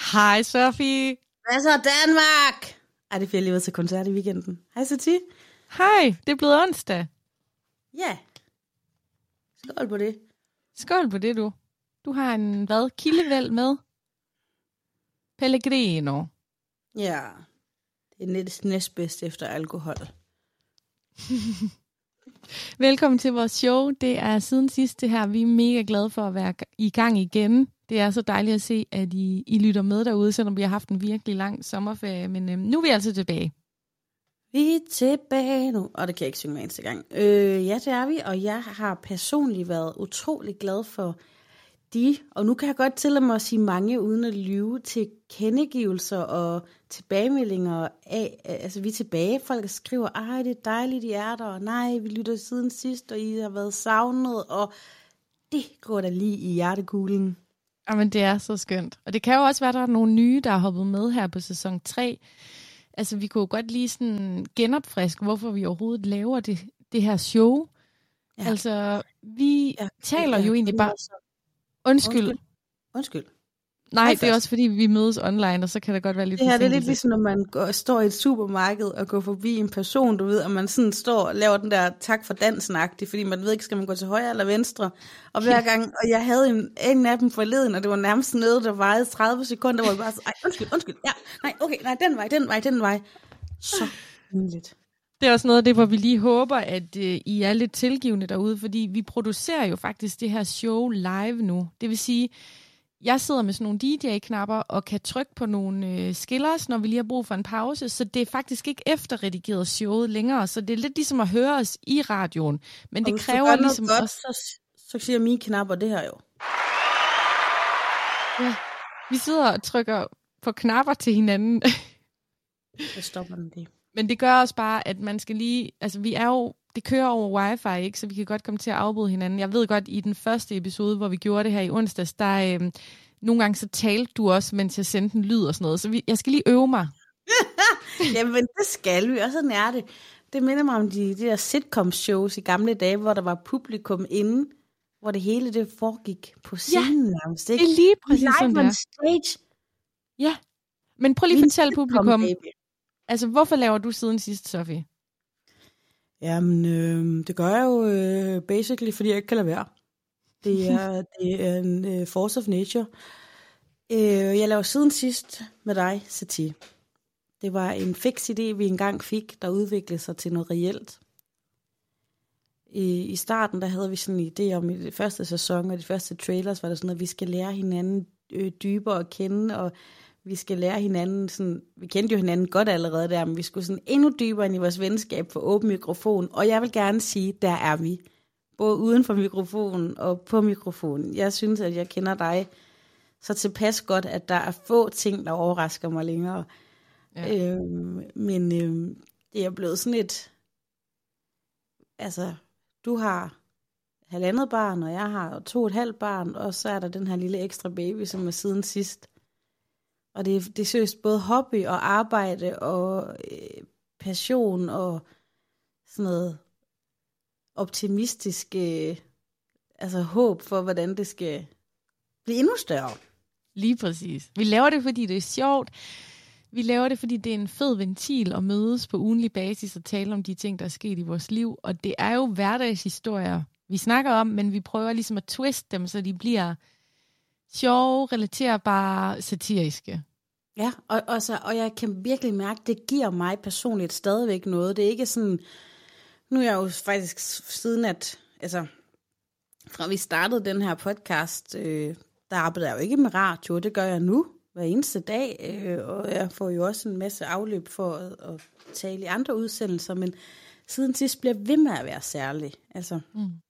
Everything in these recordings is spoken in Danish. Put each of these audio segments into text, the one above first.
Hej, Sofie. Hvad så, Danmark? Ej, det er fordi, jeg lige var til koncert i weekenden. Hej, Sati. Hej, det er blevet onsdag. Ja. Skål på det. Skål på det, du. Du har en, kildevæld med? Pellegrino. Ja, det er næstbedst efter alkohol. Velkommen til vores show. Det er siden sidst det her. Vi er mega glade for at være i gang igen. Det er så dejligt at se, at I lytter med derude, selvom vi har haft en virkelig lang sommerferie. Men nu er vi altså tilbage. Vi er tilbage nu. Og det kan jeg ikke synge hver eneste gang. Ja, det er vi. Og jeg har personligt været utrolig glad for og nu kan jeg godt tillade mig at sige mange, uden at lyve, til kendegivelser og tilbagemeldinger af, altså vi er tilbage, folk skriver, ej, det er dejligt, I er der, og nej, vi lytter siden sidst, og I har været savnet, og det går da lige i hjertekuglen. Jamen, det er så skønt. Og det kan jo også være, at der er nogle nye, der har hoppet med her på sæson 3. Altså, vi kunne godt lige sådan genopfriske, hvorfor vi overhovedet laver det her show. Ja. Altså, vi taler jo egentlig bare... Undskyld. Nej, det er også fordi, vi mødes online, og så kan det godt være lidt det er lidt ligesom, når man står i et supermarked og går forbi en person, du ved, og man sådan står og laver den der tak for dansen-agtigt, fordi man ved ikke, skal man gå til højre eller venstre. Og hver gang, og jeg havde en af dem forleden, og det var nærmest noget, der varede 30 sekunder, hvor jeg bare så, undskyld, ja, den vej. Så nydeligt. Det er også noget af det, hvor vi lige håber, at I er lidt tilgivende derude, fordi vi producerer jo faktisk det her show live nu. Det vil sige, jeg sidder med sådan nogle DJ-knapper og kan trykke på nogle skillers, når vi lige har brug for en pause, så det er faktisk ikke efterredigeret showet længere, så det er lidt ligesom at høre os i radioen. Men det kræver ligesom godt, også... Så siger mine knapper det her jo. Ja, vi sidder og trykker på knapper til hinanden. Så stopper den det. Men det gør også bare, at man skal lige... Altså, det kører over wifi, ikke? Så vi kan godt komme til at afbryde hinanden. Jeg ved godt, i den første episode, hvor vi gjorde det her i onsdags, der nogle gange så talte du også, mens jeg sendte en lyd og sådan noget. Så jeg skal lige øve mig. Jamen, det skal vi, og sådan er det. Det minder mig om de der sitcom-shows i gamle dage, hvor der var publikum inde, hvor det hele det foregik på scenen nærmest. Det er lige præcis sådan der. Stage. Ja, men prøv lige at fortælle publikum... Altså, hvorfor laver du siden sidst, Sofie? Jamen, det gør jeg jo basically, fordi jeg ikke kan lade være. Det er en force of nature. Jeg laver siden sidst med dig, Sati. Det var en fix idé, vi engang fik, der udviklede sig til noget reelt. I starten, der havde vi sådan en idé om, i det første sæson og de første trailers, var der sådan, at vi skal lære hinanden dybere at kende, og vi skal lære hinanden, sådan, vi kendte jo hinanden godt allerede der, men vi skulle sådan endnu dybere ind i vores venskab for åben mikrofon, og jeg vil gerne sige, der er vi. Både uden for mikrofonen og på mikrofonen. Jeg synes, at jeg kender dig så tilpas godt, at der er få ting, der overrasker mig længere. Ja. Men det er blevet sådan et, altså, du har 1,5 barn, og jeg har 2,5 barn, og så er der den her lille ekstra baby, som er siden sidst. Og det er seriøst både hobby og arbejde og passion og sådan noget optimistisk håb for, hvordan det skal blive endnu større. Lige præcis. Vi laver det, fordi det er sjovt. Vi laver det, fordi det er en fed ventil at mødes på ugenlig basis og tale om de ting, der er sket i vores liv. Og det er jo hverdagshistorier, vi snakker om, men vi prøver ligesom at twiste dem, så de bliver sjove, relaterbare, satiriske. Ja, og jeg kan virkelig mærke, at det giver mig personligt stadigvæk noget. Det er ikke sådan, nu er jeg jo faktisk siden at, altså, fra vi startede den her podcast, der arbejder jeg jo ikke med radio, det gør jeg nu hver eneste dag, og jeg får jo også en masse afløb for at tale i andre udsendelser, men siden sidst bliver ved med at være særlig. Altså.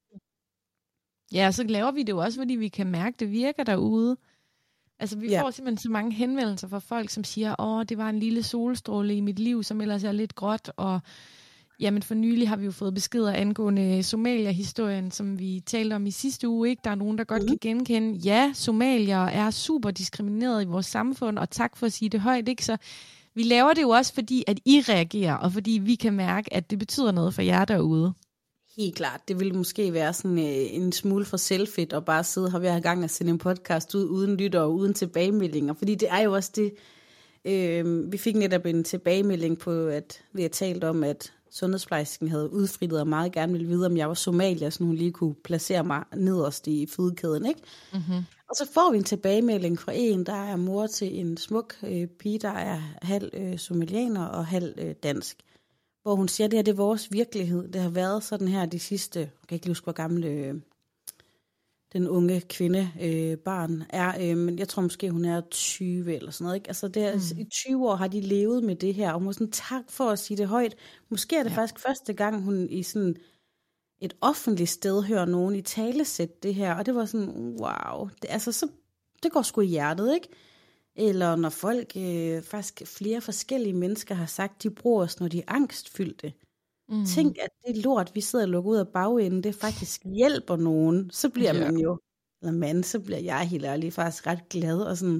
Ja, så laver vi det jo også, fordi vi kan mærke, at det virker derude. Altså, vi får simpelthen så mange henvendelser fra folk, som siger, det var en lille solstråle i mit liv, som ellers er lidt gråt, og jamen for nylig har vi jo fået beskeder angående Somalia-historien, som vi talte om i sidste uge, ikke? Der er nogen, der godt kan genkende, ja, somalier er super diskrimineret i vores samfund, og tak for at sige det højt, ikke? Så vi laver det jo også, fordi at I reagerer, og fordi vi kan mærke, at det betyder noget for jer derude. Helt klart. Det ville måske være sådan en smule for selvfedt at bare sidde her hver gang og sende en podcast ud uden lytter og uden tilbagemeldinger. Fordi det er jo også det, vi fik netop en tilbagemelding på, at vi har talt om, at sundhedsplejersken havde udfrittet og meget gerne ville vide, om jeg var somalier, så hun lige kunne placere mig nederst i fødekæden, ikke? Mm-hmm. Og så får vi en tilbagemelding fra en, der er mor til en smuk pige, der er halv somalianer og halv dansk. Hvor hun siger, at det her det er vores virkelighed. Det har været sådan her de sidste, jeg kan ikke huske, hvor gammel den unge kvinde barn er, men jeg tror måske, hun er 20 eller sådan noget. Ikke? Altså i 20 år har de levet med det her, og hun sådan, tak for at sige det højt. Måske er det faktisk første gang, hun i sådan et offentligt sted hører nogen i talesætte det her, og det var sådan, wow, det går sgu i hjertet, ikke? Eller når folk, faktisk flere forskellige mennesker har sagt, de bruger os, når de er angstfyldte. Tænk, at det lort, vi sidder og lukker ud af bagenden, det faktisk hjælper nogen. Så bliver man jo, så bliver jeg helt ærlig faktisk ret glad, og sådan,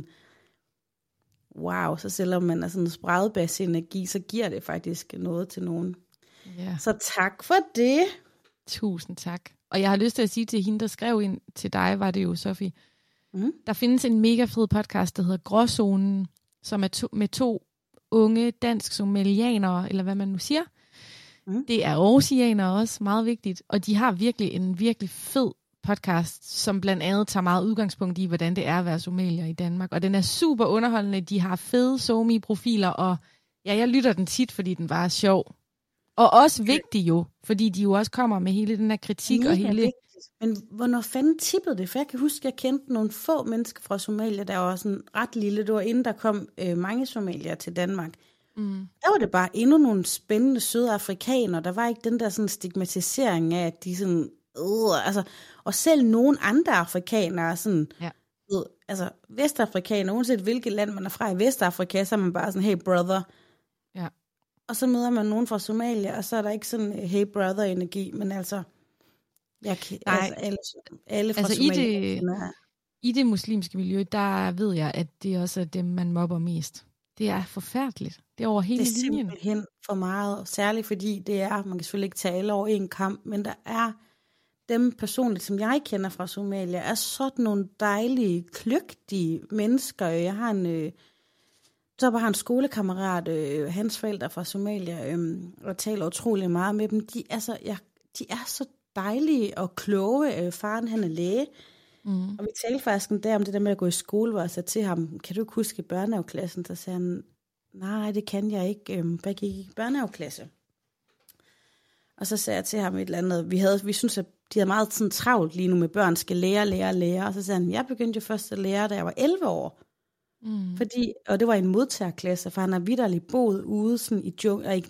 wow, så selvom man er sådan spredebas energi, så giver det faktisk noget til nogen. Yeah. Så tak for det. Tusind tak. Og jeg har lyst til at sige til hende, der skrev ind til dig, var det jo, Sofie. Der findes en mega fed podcast, der hedder Gråzonen, som er med 2 unge dansk-somalianere, eller hvad man nu siger. Det er aarhusianere også, meget vigtigt. Og de har virkelig en virkelig fed podcast, som blandt andet tager meget udgangspunkt i, hvordan det er at være somalier i Danmark. Og den er super underholdende. De har fede somi-profiler, og ja, jeg lytter den tit, fordi den bare er sjov. Og også vigtig jo, fordi de jo også kommer med hele den her kritik og hele... Vigtigt. Men hvornår fanden tippede det? For jeg kan huske, at jeg kendte nogle få mennesker fra Somalia, der var sådan ret lille. Det var inden der kom mange somalier til Danmark. Der var det bare endnu nogle spændende søde afrikanere. Der var ikke den der sådan stigmatisering af, at de sådan... altså, og selv nogle andre afrikanere, sådan... Ja. Altså, vestafrikanere, uanset hvilket land man er fra i Vestafrika, så er man bare sådan, hey brother. Ja. Og så møder man nogen fra Somalia, og så er der ikke sådan, hey brother-energi, men altså... alle fra Somalia. I det muslimske miljø, der ved jeg, at det også er dem, man mobber mest. Det er forfærdeligt. Det er over hele linjen. Det er simpelthen for meget, særligt fordi det er, man kan selvfølgelig ikke tale over en kamp, men der er dem personligt, som jeg kender fra Somalia, er sådan nogle dejlige, kløgtige mennesker. Jeg har en skolekammerat, hans forældre fra Somalia, og taler utrolig meget med dem. De er så dejlige og kloge. Faren, han er læge. Og vi talte faktisk en dag om det der med at gå i skole, hvor jeg sagde til ham, kan du ikke huske børnehaveklassen? Så sagde han, nej, det kan jeg ikke. Hvad gik i børnehaveklasse? Og så sagde jeg til ham et eller andet, vi synes, at de havde meget sådan travlt lige nu med børn, skal lære. Og så sagde han, jeg begyndte jo først at lære, da jeg var 11 år. Fordi, og det var en modtagerklasse, for han har vitterligt boet ude sådan i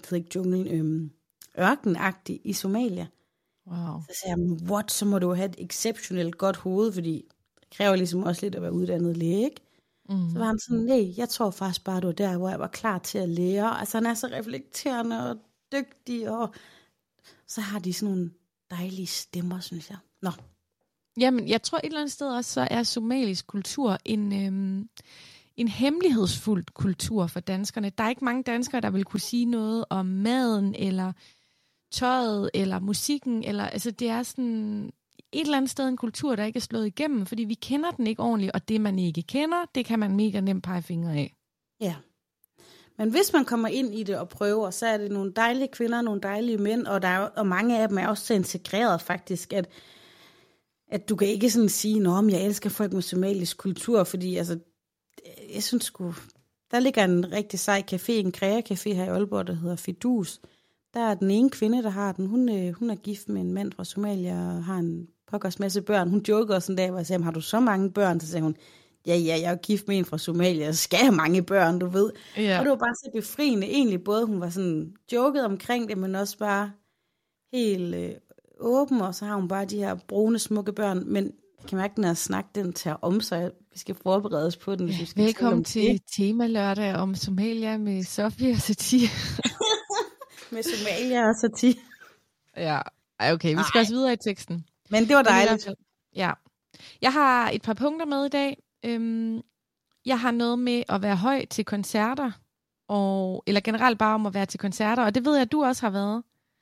ørkenagtigt i Somalia. Wow. Så sagde jeg, what, så må du have et exceptionelt godt hoved, fordi det kræver ligesom også lidt at være uddannet læge, ikke? Så var han sådan, nej, jeg tror faktisk bare, det var der, hvor jeg var klar til at lære. Altså han er så reflekterende og dygtig, og så har de sådan nogle dejlige stemmer, synes jeg. Nå. Jamen, jeg tror et eller andet sted også, så er somalisk kultur en hemmelighedsfuld kultur for danskerne. Der er ikke mange danskere, der vil kunne sige noget om maden, eller tøjet, eller musikken, eller altså det er sådan et eller andet sted en kultur, der ikke er slået igennem, fordi vi kender den ikke ordentligt, og det man ikke kender, det kan man mega nemt pege fingre af. Ja. Men hvis man kommer ind i det og prøver, så er det nogle dejlige kvinder, nogle dejlige mænd, og mange af dem er også så integreret faktisk, at du kan ikke sådan sige, men jeg elsker folk med somalisk kultur, fordi altså, jeg synes sgu, der ligger en rigtig sej café, en krea-café her i Aalborg, der hedder Fidus. Der er den ene kvinde, der har den. Hun er gift med en mand fra Somalia og har en pokkers masse børn. Hun jokede også en dag, hvor jeg sagde, har du så mange børn? Så sagde hun, ja, jeg er gift med en fra Somalia, så skal jeg have mange børn, du ved. Ja. Og det var bare så befriende egentlig, både hun var sådan joket omkring det, men også bare helt åben, og så har hun bare de her brune, smukke børn. Men jeg kan mærke, den her snak, den tager om sig. Vi skal forberede os på den. Hvis vi velkommen til Tema Lørdag om Somalia med Sofie og Satie. Med Somalia og Satie. Ja, okay, vi skal også videre i teksten. Men det var dejligt. Ja. Jeg har et par punkter med i dag. Jeg har noget med at være høj til koncerter, eller generelt bare om at være til koncerter, og det ved jeg, at du også har været.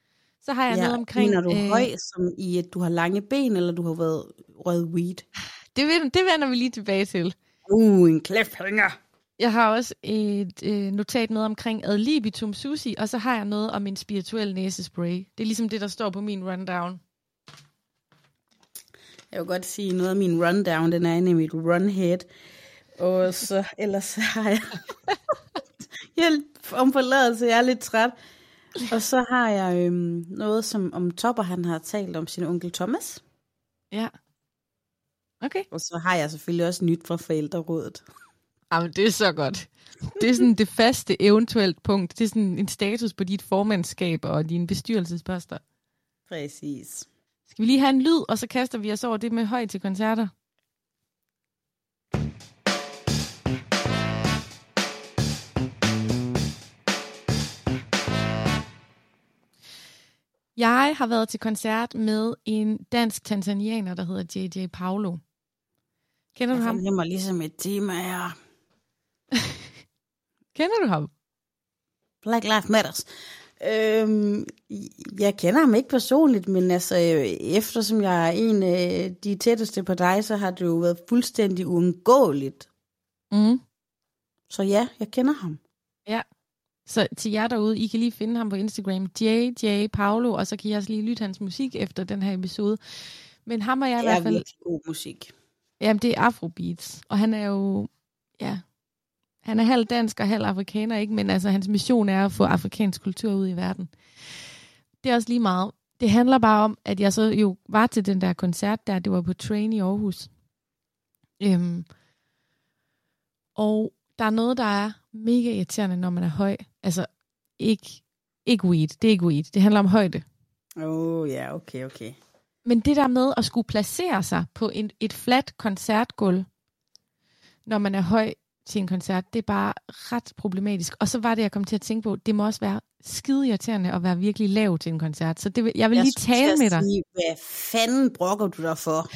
Så har jeg noget omkring... Mener du høj, som i at du har lange ben, eller du har været rød weed? Det vender vi lige tilbage til. En cliffhanger. Jeg har også et notat med omkring ad libitum sushi, og så har jeg noget om en spirituel næsespray. Det er ligesom det, der står på min rundown. Jeg vil godt sige, noget af min rundown, den er inde i mit runhead. Og så, ellers så har jeg... Hjælp om forladelse, jeg er lidt træt. Og så har jeg noget, som om Topper, han har talt om sin onkel Thomas. Ja. Okay. Og så har jeg selvfølgelig også nyt fra forældrerådet. Jamen, det er så godt. Det er sådan det faste eventuelt punkt. Det er sådan en status på dit formandskab og dine bestyrelsesposter. Præcis. Skal vi lige have en lyd, og så kaster vi os over det med høj til koncerter? Jeg har været til koncert med en dansk tanzanianer, der hedder JJ Paulo. Kender du ham? Jeg fornemmer ligesom et tema her. Kender du ham? Black Lives Matters. Jeg kender ham ikke personligt, men altså, eftersom jeg er en af de tætteste på dig, så har det jo været fuldstændig uundgåeligt. Mm. Så ja, jeg kender ham. Ja. Så til jer derude, I kan lige finde ham på Instagram, JJ Paulo, og så kan I også lige lytte hans musik efter den her episode. Men ham og jeg i hvert fald... Det er virkelig god musik. Jamen, det er Afrobeats, og han er jo... Ja, han er halv dansk og halv afrikaner, ikke? Men altså, hans mission er at få afrikansk kultur ud i verden. Det er også lige meget. Det handler bare om, at jeg så jo var til den der koncert der, det var på Train i Aarhus. Og der er noget, der er mega irriterende, når man er høj. Altså, ikke weed. Det er ikke weed. Det handler om højde. Ja, okay. Men det der med at skulle placere sig på et fladt koncertgulv, når man er høj til en koncert, det er bare ret problematisk. Og så var det, jeg kom til at tænke på, det må også være skide irriterende at være virkelig lav til en koncert. Så det, jeg vil lige tale med dig. Sige, hvad fanden brokker du dig for?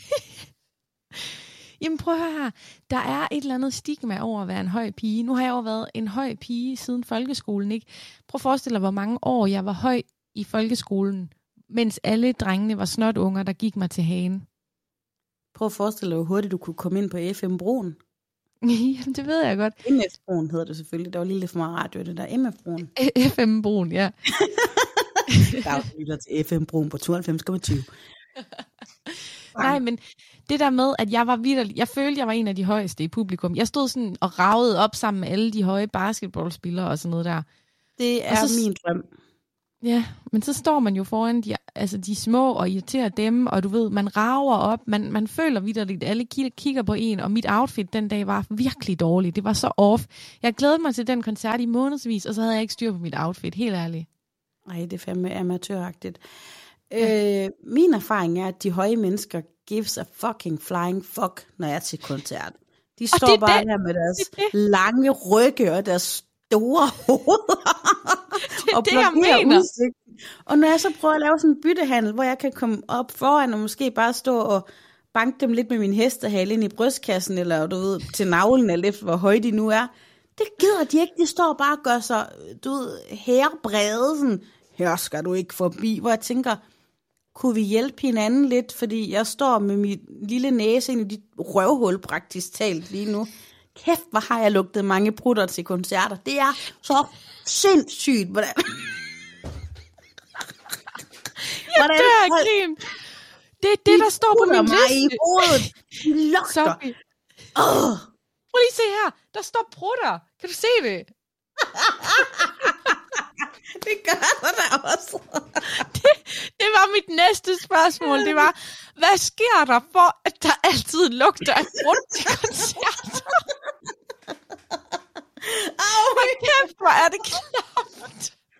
Jamen prøv at høre her. Der er et eller andet stigma over at være en høj pige. Nu har jeg jo været en høj pige siden folkeskolen, ikke? Prøv at forestille dig, hvor mange år jeg var høj i folkeskolen, mens alle drengene var snotunger, der gik mig til hagen. Prøv at forestille dig, hvor hurtigt du kunne komme ind på FM-broen. Jamen, det ved jeg godt. MF-broen hedder det selvfølgelig. Der var lige lidt for meget radio, det der MF-broen. FM-broen, ja. Der lytter til FM-broen på 92,20. Nej, men det der med, at jeg følte, jeg var en af de højeste i publikum. Jeg stod sådan og ragede op sammen med alle de høje basketballspillere og sådan noget der. Det er min drøm. Ja, men så står man jo foran de små og irriterer dem, og du ved, man rager op, man føler vitterligt, at alle kigger på en, og mit outfit den dag var virkelig dårligt. Det var så off. Jeg glædede mig til den koncert i månedsvis, og så havde jeg ikke styr på mit outfit, helt ærligt. Ej, det er fandme amatøragtigt. Min erfaring er, at de høje mennesker gives a fucking flying fuck, når jeg er til koncert. De står bare der med deres lange rygge og deres store hoveder og blokerer udsigten. Og når jeg så prøver at lave sådan en byttehandel, hvor jeg kan komme op foran og måske bare stå og banke dem lidt med min hestehale ind i brystkassen, eller du ved, til navlen, eller efter hvor høje de nu er, det gider de ikke. De står bare og gør sig, du ved, herbrede, sådan, her skal du ikke forbi, hvor jeg tænker, kunne vi hjælpe hinanden lidt, fordi jeg står med min lille næse ind i dit røvhul praktisk talt lige nu. Kæft, hvor har jeg lugtet mange prutter til koncerter. Det er så sindssygt, hvordan... Jeg dør af grin. Det er det, der står på min liste. I hovedet. De lugter. Prøv lige se her. Der står prutter. Kan du se det? Det gør der også. Det var mit næste spørgsmål. Det var, hvad sker der for, at der altid lugter af brud til koncerter? Hvor kæft, hvor er det klamt.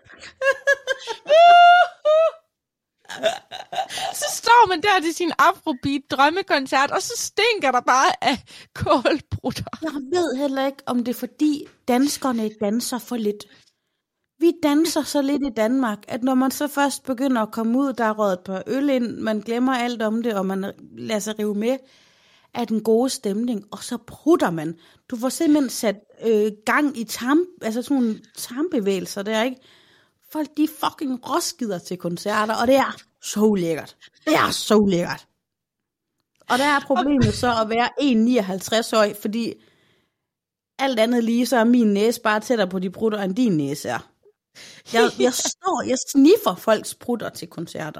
Så står man der til sin Afrobeat drømmekoncert, og så stinker der bare af kålbrutter. Jeg ved heller ikke, om det er fordi danskerne danser for lidt. Vi danser så lidt i Danmark, at når man så først begynder at komme ud, der er røget et par øl ind, man glemmer alt om det, og man lader sig rive med af den gode stemning, og så prutter man. Du får simpelthen sat gang i altså sådan nogle tarmbevægelser der, ikke? folk de fucking råskider til koncerter, og det er så lækkert. Det er så lækkert. Og der er problemet så at være 1,59 år, fordi alt andet lige, så er min næse bare tættere på de prutter, end din næse er. Jeg sniffer folks prutter til koncerter.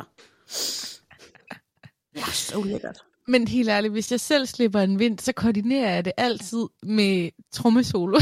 Det er så lækkert. Men helt ærligt, hvis jeg selv slipper en vind, så koordinerer jeg det altid med trommesolo.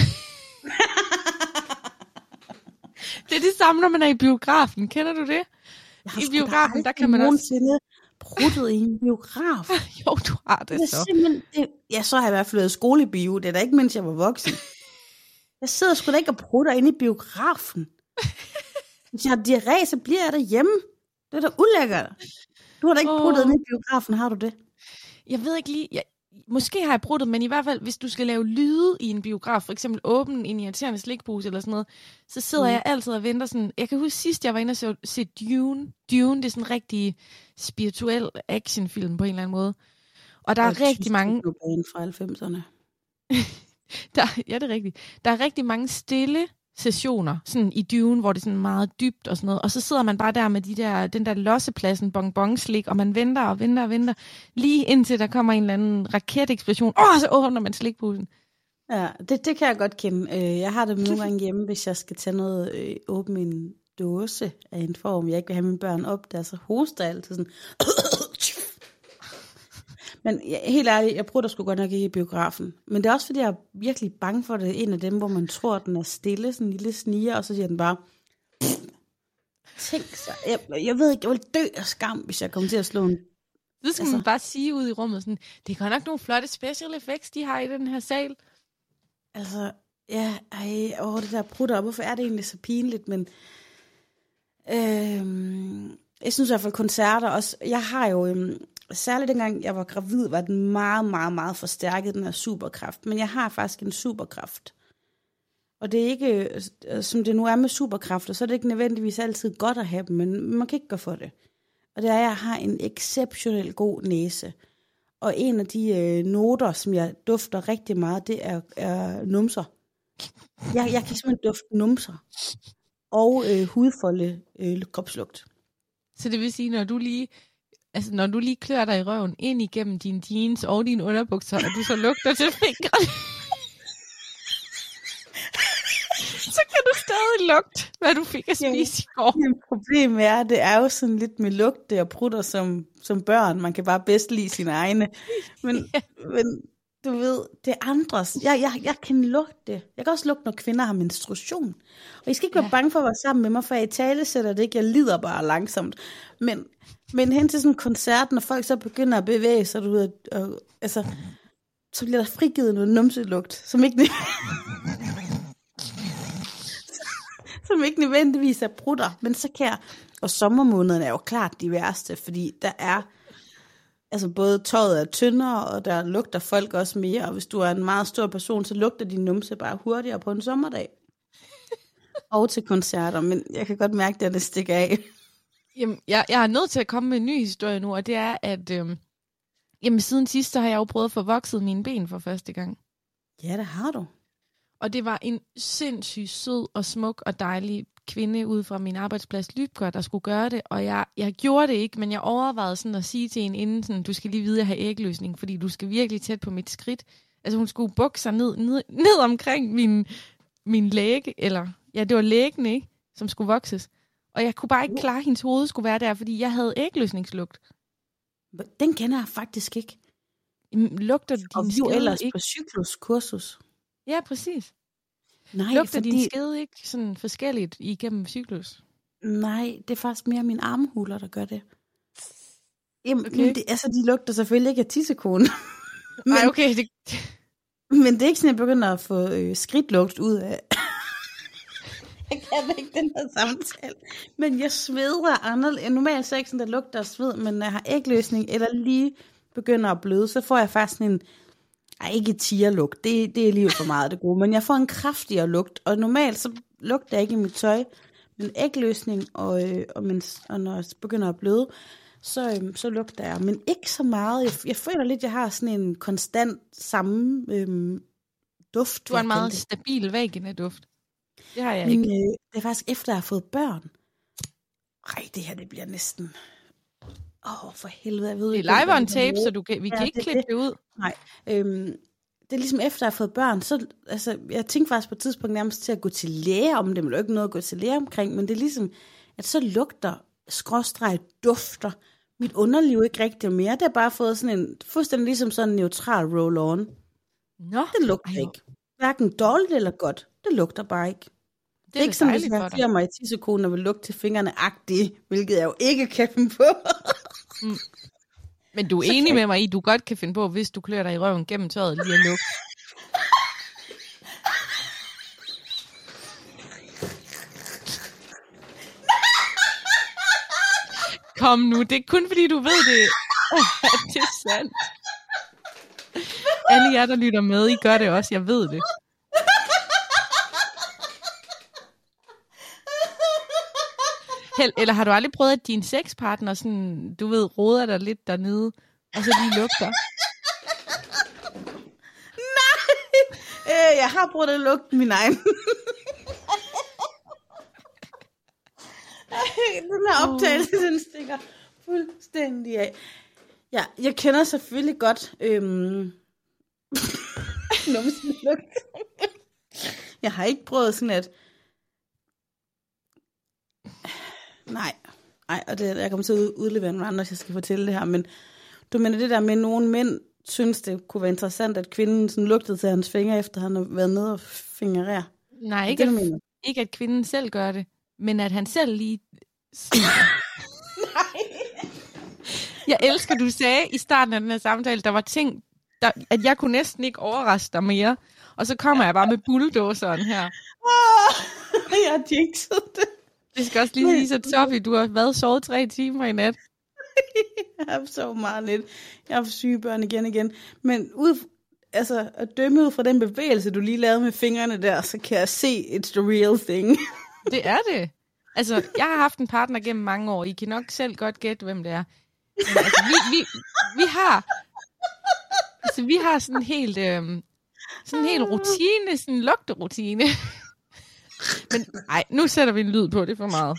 Det er det samme, når man er i biografen. Kender du det? I biografen, der kan man også... pruttet i en biograf. Jo, du har det så. Så har jeg i hvert fald været skolebio. Det er da ikke, mens jeg var voksen. Jeg sidder sgu da ikke og prutter inde i biografen. Hvis jeg har diarré, så bliver jeg derhjemme. Det er da ulækkert. Du har da ikke pruttet inde i biografen, har du det? Jeg ved ikke lige... Måske har jeg pruttet, men i hvert fald, hvis du skal lave lyde i en biograf, for eksempel åbne en irriterende slikpose eller sådan noget, så sidder jeg altid og venter sådan... Jeg kan huske sidst, jeg var inde og se Dune. Dune, det er sådan en rigtig spirituel actionfilm på en eller anden måde. Og der er rigtig mange... fra 90'erne. Ja, det er rigtigt. Der er rigtig mange stille sessioner sådan i Dune, hvor det er sådan meget dybt og sådan noget. Og så sidder man bare der med den der lossepladsen, bonbon-slik, og man venter og venter og venter, lige indtil der kommer en eller anden raketeksplosion. Så åbner man slikposen. Ja, det kan jeg godt kende. Jeg har det nogle gange hjemme, hvis jeg skal tage noget, åbne en dåse af en form. Jeg ikke vil have mine børn op, der så hoster jeg altid sådan. Men helt ærligt, jeg prutter sgu godt nok ikke i biografen. Men det er også, fordi jeg er virkelig bange for, det er en af dem, hvor man tror, den er stille, sådan en lille sniger, og så siger den bare... Tænk sig. Jeg ved ikke, jeg vil dø af skam, hvis jeg kommer til at slå en... Så skal man bare sige ud i rummet sådan, det er godt nok nogle flotte special effects, de har i den her sal. Altså, ja, det der prutter, hvorfor er det egentlig så pinligt, men... jeg synes i hvert fald koncerter også... Jeg har jo... Særligt dengang jeg var gravid, var den meget, meget, meget forstærket, den her superkraft. Men jeg har faktisk en superkraft. Og det er ikke, som det nu er med superkræfter, så er det ikke nødvendigvis altid godt at have dem, men man kan ikke gå for det. Og det er, at jeg har en exceptionelt god næse. Og en af de noter, som jeg dufter rigtig meget, det er numser. Jeg kan simpelthen dufte numser. Og hudfolde kropslugt. Så det vil sige, når du lige klør dig i røven ind igennem dine jeans og dine underbukser, og du så lugter til fingrene, så kan du stadig lugte, hvad du fik at spise i går. Problemet er, det er jo sådan lidt med lugte og prutter som børn. Man kan bare bedst lide sine egne. Men du ved, det er andres. Jeg kan lugte det. Jeg kan også lugte, når kvinder har menstruation. Og I skal ikke være bange for at være sammen med mig, for jeg i tale sætter det ikke. Jeg lider bare langsomt. Men hen til sådan en koncert, når folk så begynder at bevæge sig, du ved, så bliver der frigivet noget numselugt, som ikke nødvendigvis er prutter, men så kan jeg, og sommermånederne er jo klart de værste, fordi der er, både tøjet er tyndere, og der lugter folk også mere, og hvis du er en meget stor person, så lugter din numse bare hurtigere på en sommerdag. Og til koncerter, men jeg kan godt mærke, at det stikker af. Jamen, jeg er nødt til at komme med en ny historie nu, og det er, at siden sidst, så har jeg jo prøvet at få vokset mine ben for første gang. Ja, det har du. Og det var en sindssygt sød og smuk og dejlig kvinde ude fra min arbejdsplads, Lybgård, der skulle gøre det. Og jeg gjorde det ikke, men jeg overvejede sådan at sige til hende inden, sådan, du skal lige vide, at jeg har ægløsning, fordi du skal virkelig tæt på mit skridt. Altså hun skulle bukke sig ned omkring min læge, eller ja, det var lægen, ikke, som skulle vokses. Og jeg kunne bare ikke klare, at hendes hoved skulle være der, fordi jeg havde ægløsningslugt. Den kender jeg faktisk ikke. Lugter din skede ellers ikke? På cykluskursus. Ja, præcis. Nej, lugter din skede ikke sådan forskelligt igennem cyklus? Nej, det er faktisk mere mine armhuler, der gør det. Jamen, okay. De lugter selvfølgelig ikke af tissekone. Nej, okay. Men det er ikke sådan, jeg begynder at få skridtlugt ud af... Jeg kan ikke den her samtale. Men jeg sveder anderledes. Normalt så er ikke sådan, der lugter af sved, men når jeg har ægløsning, eller lige begynder at bløde, så får jeg faktisk sådan en... ikke tierlugt, det er alligevel for meget det gode, men jeg får en kraftigere lugt, og normalt så lugter jeg ikke i mit tøj, men ægløsning, og når jeg begynder at bløde, så lugter jeg, men ikke så meget. Jeg føler lidt, jeg har sådan en konstant samme duft. Du har en meget stabil vagina duft. Det har jeg ikke. Det er faktisk efter, jeg har fået børn. Ej, det her, det bliver næsten... for helvede, jeg ved det ikke. Det er live on tape, så vi kan ikke klippe det ud. Nej, det er ligesom efter, at jeg har fået børn, så jeg tænkte faktisk på et tidspunkt nærmest til at gå til læge om det, men det er jo ikke noget at gå til læge omkring, men det er ligesom, at så lugter, dufter, mit underliv ikke rigtig mere. Det har bare fået sådan en, fuldstændig ligesom sådan en neutral roll-on. Nå. Det lugter ikke. Hverken dårligt eller godt. Det lugter bare ikke. Det er ikke sådan, hvis jeg siger mig i 10 sekunder vil lugte til fingrene-agtigt, hvilket jeg jo ikke kan finde på. Men du er enig med mig i, du godt kan finde på, hvis du klør dig i røven gennem tøjet lige at lugte. Kom nu, det er kun fordi du ved det. Det er sandt. Alle jer, der lytter med, I gør det også, jeg ved det. Eller har du aldrig prøvet, at din sexpartner sådan, du ved, roder dig lidt dernede, og så lige lugter? Nej! Jeg har prøvet at lugte min egen. Den her optagelse, den stikker fuldstændig af. Ja, jeg kender selvfølgelig godt numselugt. Jeg har ikke prøvet sådan at... Nej, og det, jeg kommer til at udlevere nogle andre, hvis jeg skal fortælle det her, men du mener det der med, at nogle mænd synes, det kunne være interessant, at kvinden sådan lugtede til hans fingre, efter han har været nede og fingerere? Nej, ikke at kvinden selv gør det, men at han selv lige... Nej. Jeg elsker, du sagde i starten af den her samtale, der var ting, at jeg kunne næsten ikke overraske dig mere, og så kommer jeg bare med bulldozeren her. Jeg har jinxet det. Det skal også lige sige, at Sofie, du har sovet 3 timer i nat. Jeg har sovet meget lidt. Jeg har syge børn igen. Men at dømme ud fra den bevægelse, du lige lavede med fingrene der, så kan jeg se, it's the real thing. Det er det. Altså, jeg har haft en partner gennem mange år. I kan nok selv godt gætte, hvem det er. Men, altså, vi har sådan en helt rutine, sådan en lugterutine. Men nej, nu sætter vi en lyd på, det er for meget.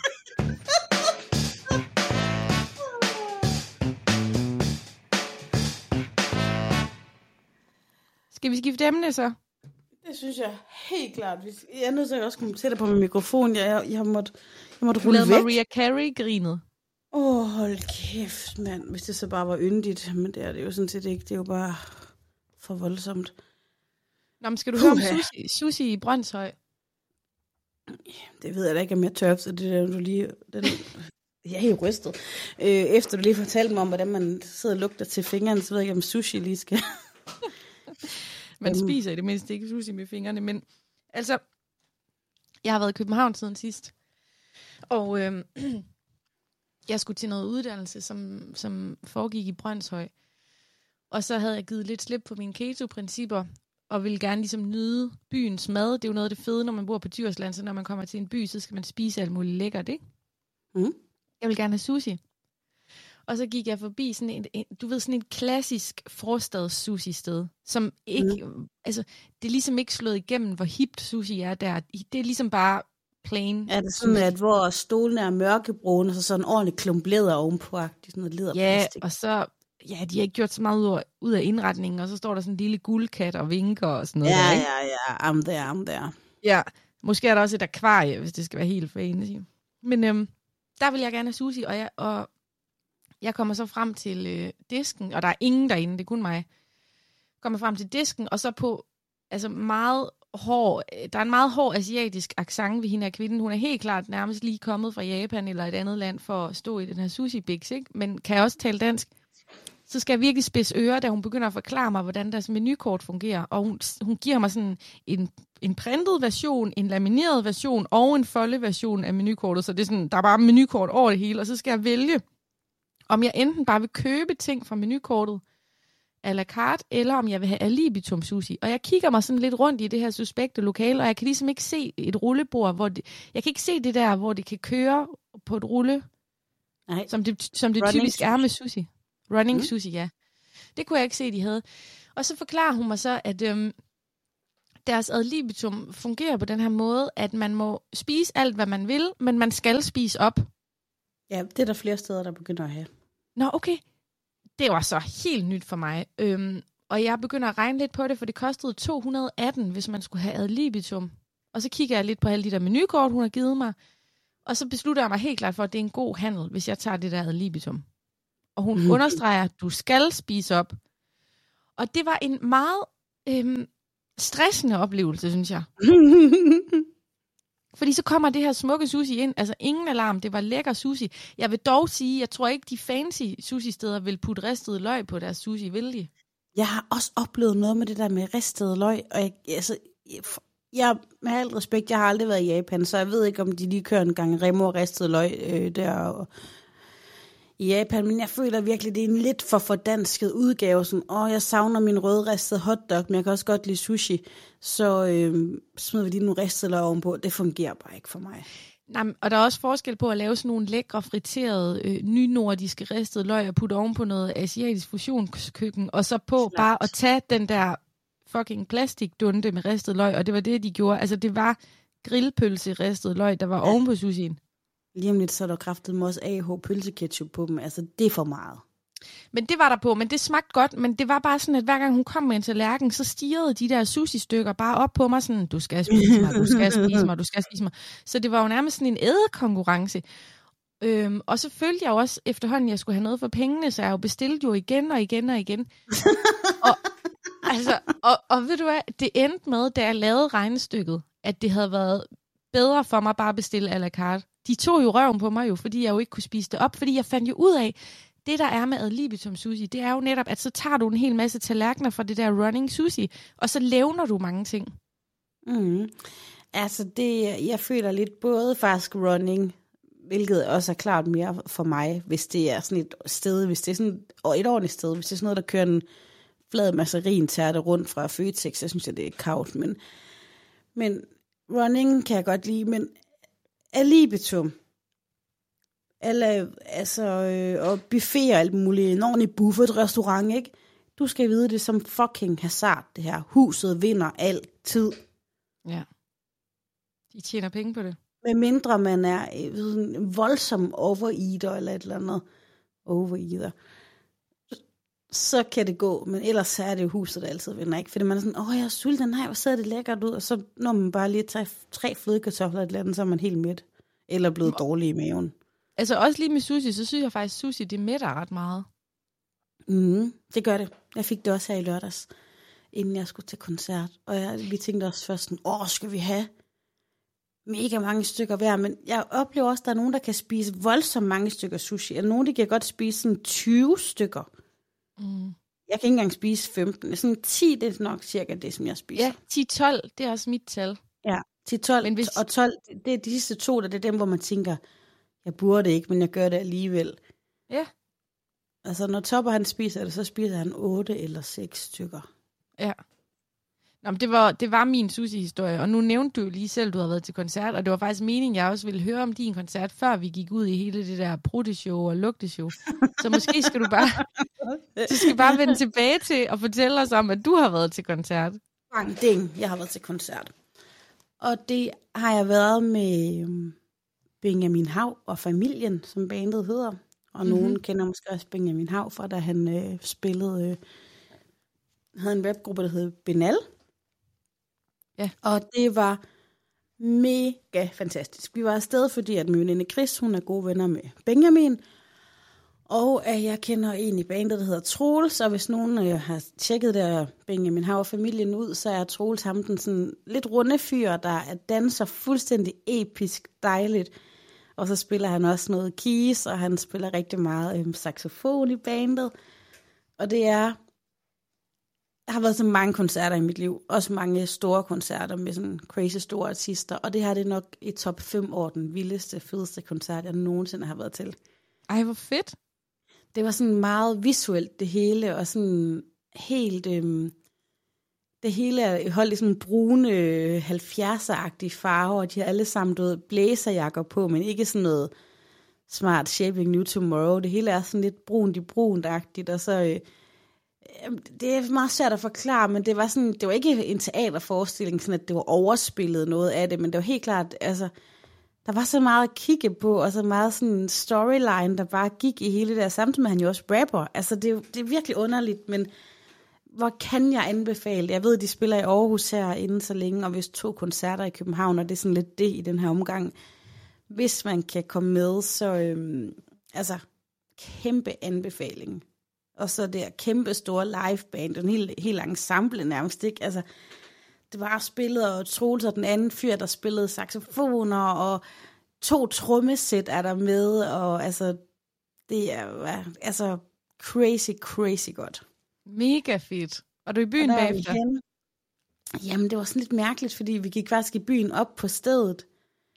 Skal vi skifte emne så? Det synes jeg helt klart. Jeg er nødt til at også komme til det på min mikrofon. Jeg måtte rulle væk. Maria Carey-grinet. Hold kæft, mand. Hvis det så bare var yndigt. Men det er det jo sådan set ikke. Det er jo bare for voldsomt. Nå, men skal du høre om sushi i Brønshøj? Det ved jeg da ikke, om jeg tør, så det der, du lige... Jeg er helt rystet. Efter du lige fortalte mig om, hvordan man sidder og lugter til fingrene, så ved jeg ikke, om sushi lige skal... Man spiser i det mindste ikke sushi med fingrene, men altså, jeg har været i København siden sidst, og jeg skulle til noget uddannelse, som foregik i Brønshøj, og så havde jeg givet lidt slip på mine keto-principper, og ville gerne ligesom nyde byens mad. Det er jo noget af det fede, når man bor på Djursland, så når man kommer til en by, så skal man spise alt muligt lækkert, ikke? Mm. Jeg vil gerne have sushi. Og så gik jeg forbi sådan sådan et klassisk forstads sushi-sted, som ikke, altså, det er ligesom ikke slået igennem, hvor hipt sushi er der. Det er ligesom bare plain. Er det sådan, at hvor stolene er mørkebrune, og så sådan en ordentlig klump læder ovenpå, sådan noget læderplastik? Ja, og så, de har ikke gjort så meget ud af indretningen, og så står der sådan en lille guldkat og vinker og sådan noget. Ja, I'm there. Ja, måske er der også et akvarie, hvis det skal være helt fancy. Men der vil jeg gerne have sushi, og jeg kommer så frem til disken, og der er ingen derinde, det er kun mig. Kommer frem til disken, og så på, altså meget hård, der er en meget hård asiatisk accent ved hende her kvinden. Hun er helt klart nærmest lige kommet fra Japan eller et andet land for at stå i den her sushi-biks, ikke? Men kan også tale dansk. Så skal jeg virkelig spidse ører, da hun begynder at forklare mig, hvordan deres menukort fungerer. Og hun giver mig sådan en printet version, en lamineret version og en foldeversion af menukortet. Så det er sådan, der er bare menukort over det hele, og så skal jeg vælge, om jeg enten bare vil købe ting fra menukortet à la carte, eller om jeg vil have alibitum sushi. Og jeg kigger mig sådan lidt rundt i det her suspekte lokale, og jeg kan ligesom ikke se et rullebord, jeg kan ikke se det der, hvor det kan køre på et rulle, nej, som det typisk er med sushi. Running sushi, ja. Det kunne jeg ikke se, de havde. Og så forklarer hun mig så, at deres ad libitum fungerer på den her måde, at man må spise alt, hvad man vil, men man skal spise op. Ja, det er der flere steder, der begynder at have. Nå, okay. Det var så helt nyt for mig. Og jeg begynder at regne lidt på det, for det kostede 218, hvis man skulle have ad libitum. Og så kigger jeg lidt på alle de der menukort, hun har givet mig. Og så beslutter jeg mig helt klart for, at det er en god handel, hvis jeg tager det der ad libitum. Og hun understreger, at du skal spise op. Og det var en meget stressende oplevelse, synes jeg. Fordi så kommer det her smukke sushi ind. Altså ingen alarm, det var lækker sushi. Jeg vil dog sige, jeg tror ikke, de fancy sushi-steder vil putte ristet løg på deres sushi, vil de? Jeg har også oplevet noget med det der med ristet løg. Og jeg med al respekt, jeg har aldrig været i Japan, så jeg ved ikke, om de lige kører en gang Remo ristet løg der i Japan. Men jeg føler virkelig, det er en lidt for fordansket udgave. Sådan, jeg savner min rødristede hotdog, men jeg kan også godt lide sushi. Så smider vi lige nogle ristede løg ovenpå. Det fungerer bare ikke for mig. Nej, og der er også forskel på at lave sådan nogle lækre, friterede, nynordiske ristede løg og putte ovenpå noget asiatisk fusionskøkken, og så på bare at tage den der fucking plastikdunte med ristet løg, og det var det, de gjorde. Altså, det var grillpølse ristet løg, der var oven på sushien. Lige om lidt, så er der kraftedeme også AH pølseketchup på dem. Altså, det er for meget. Men det var der på, men det smagte godt, men det var bare sådan, at hver gang hun kom med en tallerken, så stirrede de der sushi-stykker bare op på mig, sådan, du skal spise mig, du skal spise mig, du skal spise mig. Så det var jo nærmest sådan en ædekonkurrence. Og så følte jeg jo også efterhånden, at jeg skulle have noget for pengene, så jeg jo bestilte jo igen og igen og igen. og ved du hvad, det endte med, da jeg lavede regnestykket, at det havde været bedre for mig bare at bestille à la carte. De tog jo røven på mig jo, fordi jeg jo ikke kunne spise det op, fordi jeg fandt jo ud af, det der er med ad libitum sushi, det er jo netop, at så tager du en hel masse tallerkener fra det der running sushi, og så levner du mange ting. Altså jeg føler lidt både faktisk running, hvilket også er klart mere for mig, hvis det er sådan et sted, hvis det er sådan et ordentligt sted, hvis det er sådan noget, der kører en flad massarintærte rundt fra Føtex, så synes jeg, det er kaut, men running kan jeg godt lide, men ad libitum, og buffet og alt muligt, en ordentlig buffet-restaurant, ikke? Du skal vide det som fucking hazard, det her. Huset vinder altid. Ja. De tjener penge på det. Med mindre man er en voldsom overeater eller et eller andet overeater, så kan det gå, men ellers så er det jo huset, der altid vinder, ikke? Fordi man er sådan, jeg er sulten, nej, hvor ser det lækkert ud, og så når man bare lige tager 3 flødekartofler et eller andet, så er man helt mæt, eller blevet dårlig i maven. Altså også lige med sushi, så synes jeg faktisk, sushi, det mætter ret meget. Det gør det. Jeg fik det også her i lørdags, inden jeg skulle til koncert, og vi tænkte også først sådan, skal vi have mega mange stykker hver, men jeg oplever også, at der er nogen, der kan spise voldsomt mange stykker sushi, eller nogen, der kan godt spise sådan 20 stykker. Jeg kan ikke engang spise 15. Sådan 10, det er nok cirka det, som jeg spiser. Ja, 10-12, det er også mit tal. Ja, 10-12 og 12, det er de sidste 2, det er dem, hvor man tænker, jeg burde ikke, men jeg gør det alligevel. Ja. Altså, når Topper han spiser det, så spiser han 8 eller 6 stykker. Ja. Nå, men det var min sushi-historie, og nu nævnte du jo lige selv, du har været til koncert, og det var faktisk meningen, jeg også ville høre om din koncert, før vi gik ud i hele det der pruteshow og lugteshow. Så måske skal du bare vende tilbage til og fortælle os om, at du har været til koncert. Jeg har været til koncert. Og det har jeg været med Benjamin Hav og familien, som bandet hedder. Og nogen kender måske også Benjamin Hav fra, da han havde en webgruppe, der hed Benal. Ja. Og det var mega fantastisk. Vi var afsted, fordi at min veninde Chris, hun er gode venner med Benjamin. Og at jeg kender en i bandet, der hedder Troels. Og hvis nogen har tjekket der Benjamin Hav og familien ud, så er Troels ham den sådan lidt runde fyr, der danser fuldstændig episk dejligt. Og så spiller han også noget keys, og han spiller rigtig meget saxofon i bandet. Og det er... Jeg har været til mange koncerter i mit liv. Også mange store koncerter med sådan crazy store artister. Og det her det er nok i top 5 år den vildeste, fedeste koncert, jeg nogensinde har været til. Ej, hvor fedt. Det var sådan meget visuelt det hele, og sådan helt... det hele er holdt i sådan brune 70'er-agtige farver, og de har alle sammen blæserjakker på, men ikke sådan noget smart Shaping New Tomorrow. Det hele er sådan lidt brunt i brunt-agtigt, og så... det er meget svært at forklare, men det var ikke en teaterforestilling, sådan at det var overspillet noget af det, men det var helt klart, altså, der var så meget at kigge på, og så meget sådan en storyline, der bare gik i hele det der, samtidig med han jo også rapper. Altså, det er virkelig underligt, men hvor kan jeg anbefale? Jeg ved, de spiller i Aarhus her inden så længe, og hvis 2 koncerter i København, og det er sådan lidt det i den her omgang. Hvis man kan komme med, så altså, kæmpe anbefaling. Og så det kæmpe store liveband, en helt ensemble nærmest, ikke? Altså, det var spillet, og Troels og den anden fyr, der spillede saxofoner, og 2 trommesæt er der med, og altså, det er altså crazy godt. Mega fedt. Og du er i byen bagefter? Jamen, det var sådan lidt mærkeligt, fordi vi gik faktisk i byen op på stedet.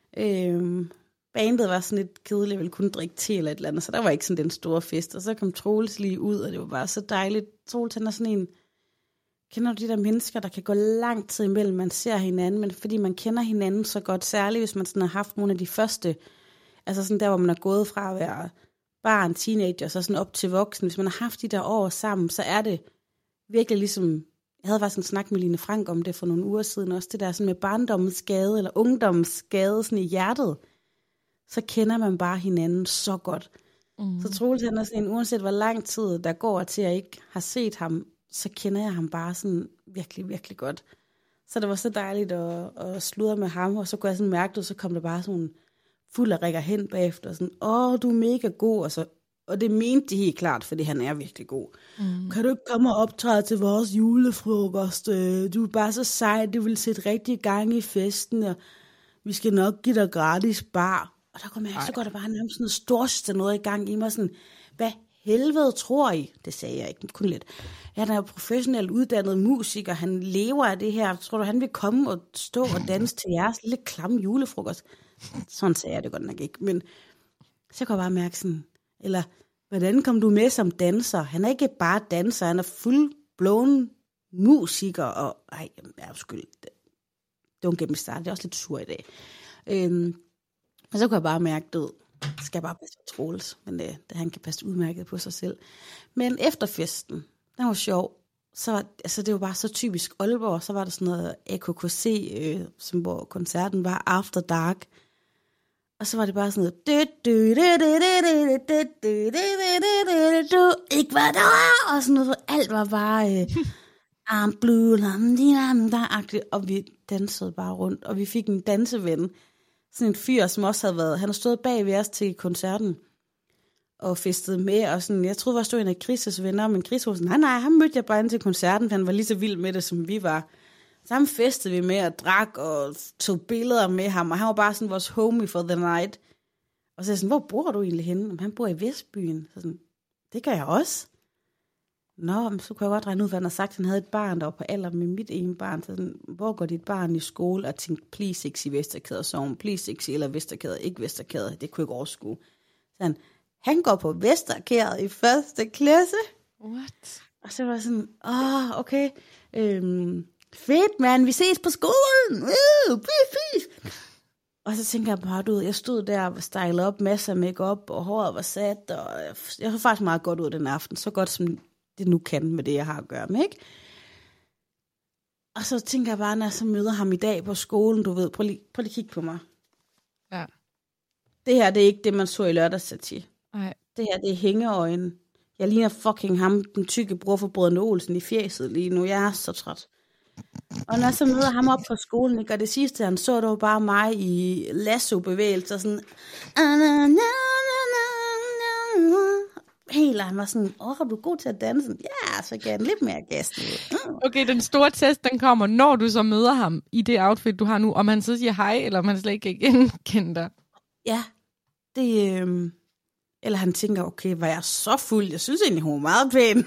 Bandet var sådan lidt kedeligt, jeg ville kunne drikke te eller et eller andet, så der var ikke sådan den store fest. Og så kom Troels lige ud, og det var bare så dejligt. Troels, han er sådan en, kender du de der mennesker, der kan gå lang tid imellem, man ser hinanden, men fordi man kender hinanden så godt, særligt hvis man sådan har haft nogle af de første, altså sådan der, hvor man er gået fra at være barn, teenager, så sådan op til voksen. Hvis man har haft de der år sammen, så er det virkelig ligesom, jeg havde faktisk en snak med Line Frank om det for nogle uger siden også, det der sådan med barndommens skade, eller ungdommens skade sådan i hjertet, så kender man bare hinanden så godt. Så Troels er sådan en, uanset hvor lang tid der går til, at jeg ikke har set ham, så kender jeg ham bare sådan virkelig godt. Så det var så dejligt at sludre med ham, og så kunne jeg sådan mærke det, og så kom der bare sådan fuld af rækker hen bagefter, og sådan, du er mega god, og det mente de helt klart, fordi han er virkelig god. Kan du ikke komme og optræde til vores julefrokost? Du er bare så sej, du vil sætte rigtig gang i festen, og vi skal nok give dig gratis bar. Og der kommer jeg, så går der bare nærmest sådan storst noget i gang i mig, sådan, hvad helvede tror I? Det sagde jeg ikke, kun lidt. Han er jo professionelt uddannet musiker, han lever af det her. Tror du, han vil komme og stå og danse til jeres lille klamme julefrokost? Sådan sagde jeg det godt nok ikke, men så kan jeg bare mærke sådan, eller hvordan kom du med som danser? Han er ikke bare danser, han er full-blown musiker, og undskyld, don't get me started, det er også lidt sur i dag. Og så kunne jeg bare mærke, det skal bare passe på Troels, men han kan passe udmærket på sig selv. Men efterfesten, den var sjov. Så det var bare så typisk Aalborg, så var der sådan noget AKKC, hvor koncerten var After Dark. Og så var det bare sådan noget, ikke hvad der, og sådan noget, alt var bare I'm blue, og vi dansede bare rundt, og vi fik en danseven, sådan en fyr, som også havde været, han har stået bag ved os til koncerten, og festede med, og sådan, jeg troede, var stod en af Chris' venner, men Chris var sådan, nej, han mødte jeg bare ind til koncerten, for han var lige så vild med det, som vi var. Sammen festede vi med og drak, og tog billeder med ham, og han var bare sådan vores homie for the night. Og så er jeg sådan, hvor bor du egentlig henne? Han bor i Vestbyen. Så sådan, det gør jeg også. Nå, men så kunne jeg godt regne ud, hvad han har sagt. Han havde et barn, der var på alder med mit ene barn. Så sådan, hvor går dit barn i skole? Og jeg tænkte, please ikke sige Vesterkæde Sogn, please ikke sige, eller Vesterkæde, ikke Vesterkæde. Det kunne jeg ikke overskue. Så han går på Vesterkæde i 1. klasse. What? Og så var jeg sådan, okay. Fedt, mand, vi ses på skolen. Og så tænker jeg bare, jeg stod der og stylede op, masser af make-up, og håret var sat, og jeg så faktisk meget godt ud den aften, så godt som det nu kan med det, jeg har at gøre med, ikke? Og så tænker jeg bare, når jeg så møder ham i dag på skolen, du ved, prøv lige at kigge på mig. Ja. Det her, det er ikke det, man så i lørdagssatir. Nej. Det her, det er hængeøjen. Jeg ligner fucking ham, den tykke bror for Brødrene Olsen i fjeset lige nu. Jeg er så træt. Og når jeg så møder ham op på skolen, ikke, og det sidste, han så, det var bare mig i lasso-bevægelser, sådan, helt, han var sådan, er du god til at danse? Ja, så gav han lidt mere gas. Okay, den store test, den kommer, når du så møder ham i det outfit, du har nu, om han så siger hej, eller om han slet ikke genkender dig. Ja, det, eller han tænker, okay, var jeg så fuld? Jeg synes egentlig, hun var meget pæn.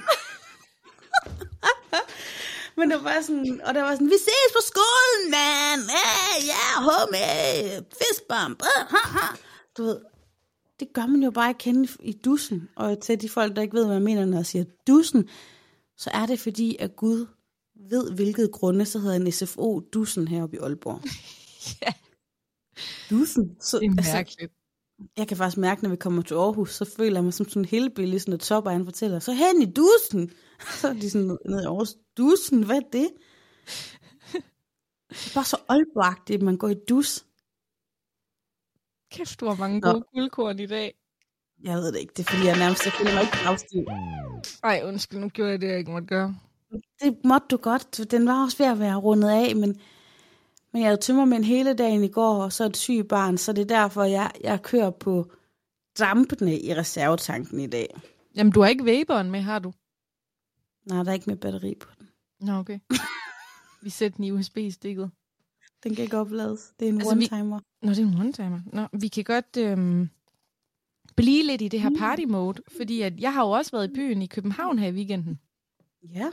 Men det var sådan, og der var sådan, vi ses på skolen, man. Ja, homie, fistbump. Du ved, det gør man jo bare ikke kende i dussen. Og til de folk, der ikke ved, hvad jeg mener, når jeg siger dussen, så er det fordi, at Gud ved, hvilket grunde, så hedder en SFO dussen heroppe i Aalborg. Ja. Dussen. Så, det er mærkeligt. Jeg kan faktisk mærke, når vi kommer til Aarhus, så føler jeg mig som sådan en helbillig, sådan et top, og han fortæller, så hen i dussen. Så er de sådan nede i Aarhus. Dussen, hvad er det? Det er bare så Aalborg-agtigt, at man går i dus. Kæft, du har mange gode guldkorn i dag. Jeg ved det ikke. Det er fordi, jeg nærmest føler mig ikke afstiv. Ej, undskyld, nu gjorde jeg det, jeg ikke måtte gøre. Det måtte du godt. Den var også ved at være rundet af, men jeg havde tømmermænd hele dagen i går, og så et sygt barn, så det er derfor, jeg kører på dampene i reservetanken i dag. Jamen, du har ikke vaperen med, har du? Nej, der er ikke mere batteri på den. Nå, okay. Vi sætter den i USB-stikket. Den kan ikke oplades. Det er en one-timer. Nå, det er en one-timer. Nå, vi kan godt blive lidt i det her party-mode, fordi at jeg har jo også været i byen i København her i weekenden. Ja.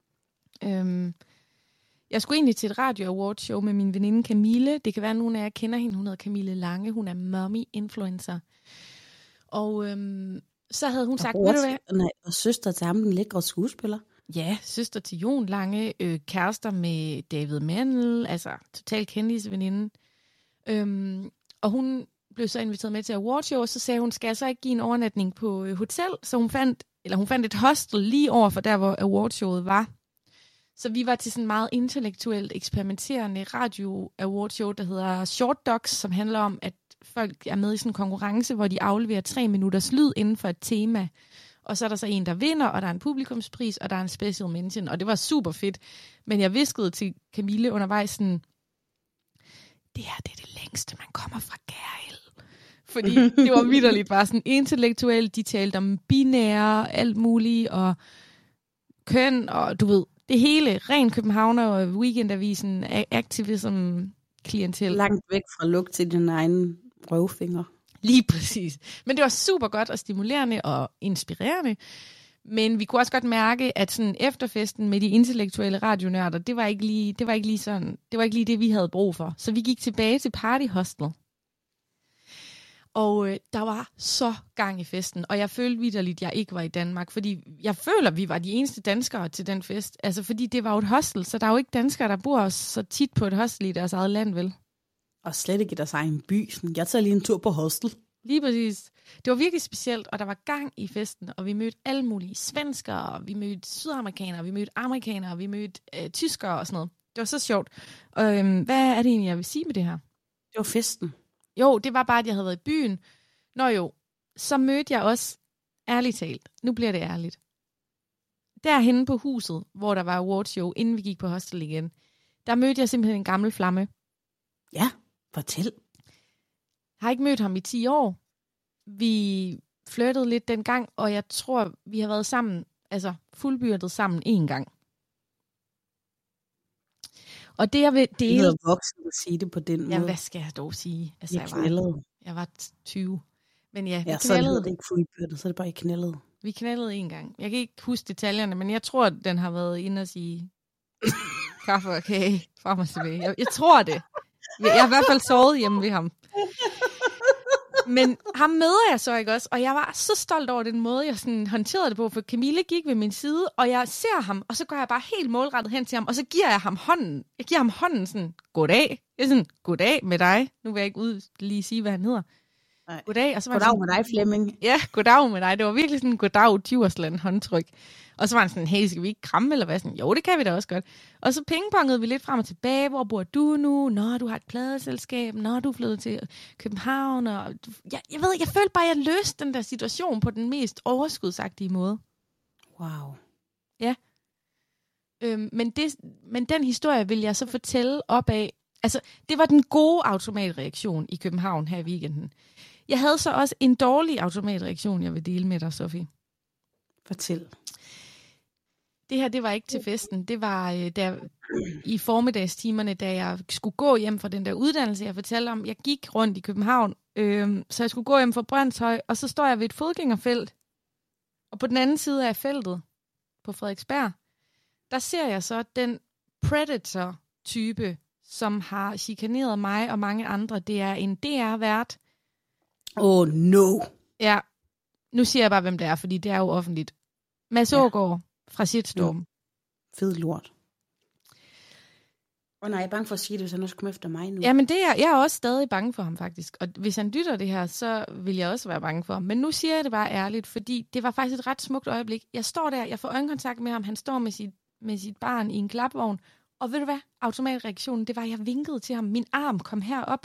Jeg skulle egentlig til et radio-award-show med min veninde Camille. Det kan være, at nogen af jer kender hende. Hun hedder Camille Lange. Hun er mommy-influencer. Og så havde hun sagt, ved du hvad? Nej, og søster til ham, den lækre skuespiller. Ja, søster til Jon Lange, kærester med David Mandel, altså totalt kendisveninde. Og hun blev så inviteret med til awardshow, og så sagde hun, skal jeg så ikke give en overnatning på hotel? Så hun fandt et hostel lige over for der, hvor awardshowet var. Så vi var til sådan en meget intellektuelt eksperimenterende radio-awardshow, der hedder Short Docs, som handler om, at folk er med i sådan en konkurrence, hvor de afleverer 3 minutters lyd inden for et tema. Og så er der så en, der vinder, og der er en publikumspris, og der er en special mention. Og det var super fedt. Men jeg viskede til Camille undervejs sådan, det her, det er det længste, man kommer fra Gærhild. Fordi det var vitterligt bare sådan intellektuelt. De talte om binære, alt muligt, og køn, og du ved, det hele. Ren Københavner og Weekendavisen, aktivism, klientel. Langt væk fra lugt til din egen røvfinger. Lige præcis. Men det var super godt og stimulerende og inspirerende. Men vi kunne også godt mærke, at sådan efterfesten med de intellektuelle radionørder, det var ikke lige det, vi havde brug for. Så vi gik tilbage til Party Hostel. Og der var så gang i festen, og jeg følte vitterligt, at jeg ikke var i Danmark, fordi jeg føler, at vi var de eneste danskere til den fest. Altså, fordi det var jo et hostel, så der er jo ikke danskere, der bor så tit på et hostel i deres eget land, vel? Og slet ikke i deres egen by. Jeg tager lige en tur på hostel. Lige præcis. Det var virkelig specielt, og der var gang i festen, og vi mødte alle mulige svenskere, og vi mødte sydamerikanere, vi mødte amerikanere, vi mødte tyskere og sådan noget. Det var så sjovt. Og hvad er det egentlig, jeg vil sige med det her? Det var festen. Jo, det var bare, at jeg havde været i byen. Nå jo, så mødte jeg også, ærligt talt, nu bliver det ærligt, derhenne på huset, hvor der var awardshow, inden vi gik på hostel igen, der mødte jeg simpelthen en gammel flamme. Ja, fortæl. Jeg har ikke mødt ham i 10 år. Vi flirtede lidt dengang, og jeg tror, vi har været sammen, altså fuldbyrdet sammen 1 gang. Og det jeg vil dele... Det er voksen at sige det på den måde. Ja, hvad skal jeg dog sige? Altså, jeg var 20. Men ja, vi knaldede. Så er det ikke fuldbyrdet, så er det bare I knaldede. Vi knaldede 1 gang. Jeg kan ikke huske detaljerne, men jeg tror, at den har været inde og sige kaffe og kage frem og tilbage. Jeg tror det. Jeg har i hvert fald sovet hjemme ved ham. Men ham møder jeg så ikke også, og jeg var så stolt over den måde, jeg sådan håndterede det på, for Camille gik ved min side, og jeg ser ham, og så går jeg bare helt målrettet hen til ham, og så giver jeg ham hånden. Jeg giver ham hånden sådan, goddag. Jeg er sådan, goddag med dig. Nu vil jeg ikke lige sige, hvad han hedder. Nej. Goddag. Og så var goddag sådan, med dig, Flemming. Ja, goddag med dig. Det var virkelig sådan en goddag Djursland håndtryk. Og så var han sådan, hey, skal vi ikke kramme, eller hvad? Sådan, jo, det kan vi da også godt. Og så pingpongede vi lidt frem og tilbage. Hvor bor du nu? Nå, du har et pladeselskab. Nå, du er flyttet til København. Og jeg følte bare, at jeg løste den der situation på den mest overskudsagtige måde. Wow. Ja. Men den historie vil jeg så fortælle op af. Altså, det var den gode automatreaktion i København her i weekenden. Jeg havde så også en dårlig automatreaktion, jeg vil dele med dig, Sofie. Fortæl. Det her, det var ikke til festen. Det var i formiddagstimerne, da jeg skulle gå hjem fra den der uddannelse, jeg fortalte om. Jeg gik rundt i København, så jeg skulle gå hjem fra Brøndshøj, og så står jeg ved et fodgængerfelt. Og på den anden side af feltet, på Frederiksberg, der ser jeg så den Predator-type, som har chikaneret mig og mange andre. Det er en DR-vært. Oh no. Ja, nu siger jeg bare, hvem det er, fordi det er jo offentligt. Mads Aagaard fra Shitstorm. Ja. Fed lort. Nej, jeg er bange for at sige det, hvis han også kommer efter mig nu. Jamen, jeg er også stadig bange for ham, faktisk. Og hvis han dytter det her, så vil jeg også være bange for ham. Men nu siger jeg det bare ærligt, fordi det var faktisk et ret smukt øjeblik. Jeg står der, jeg får øjenkontakt med ham, han står med sit barn i en klapvogn, og ved du hvad? Automatreaktionen, det var, at jeg vinkede til ham. Min arm kom herop,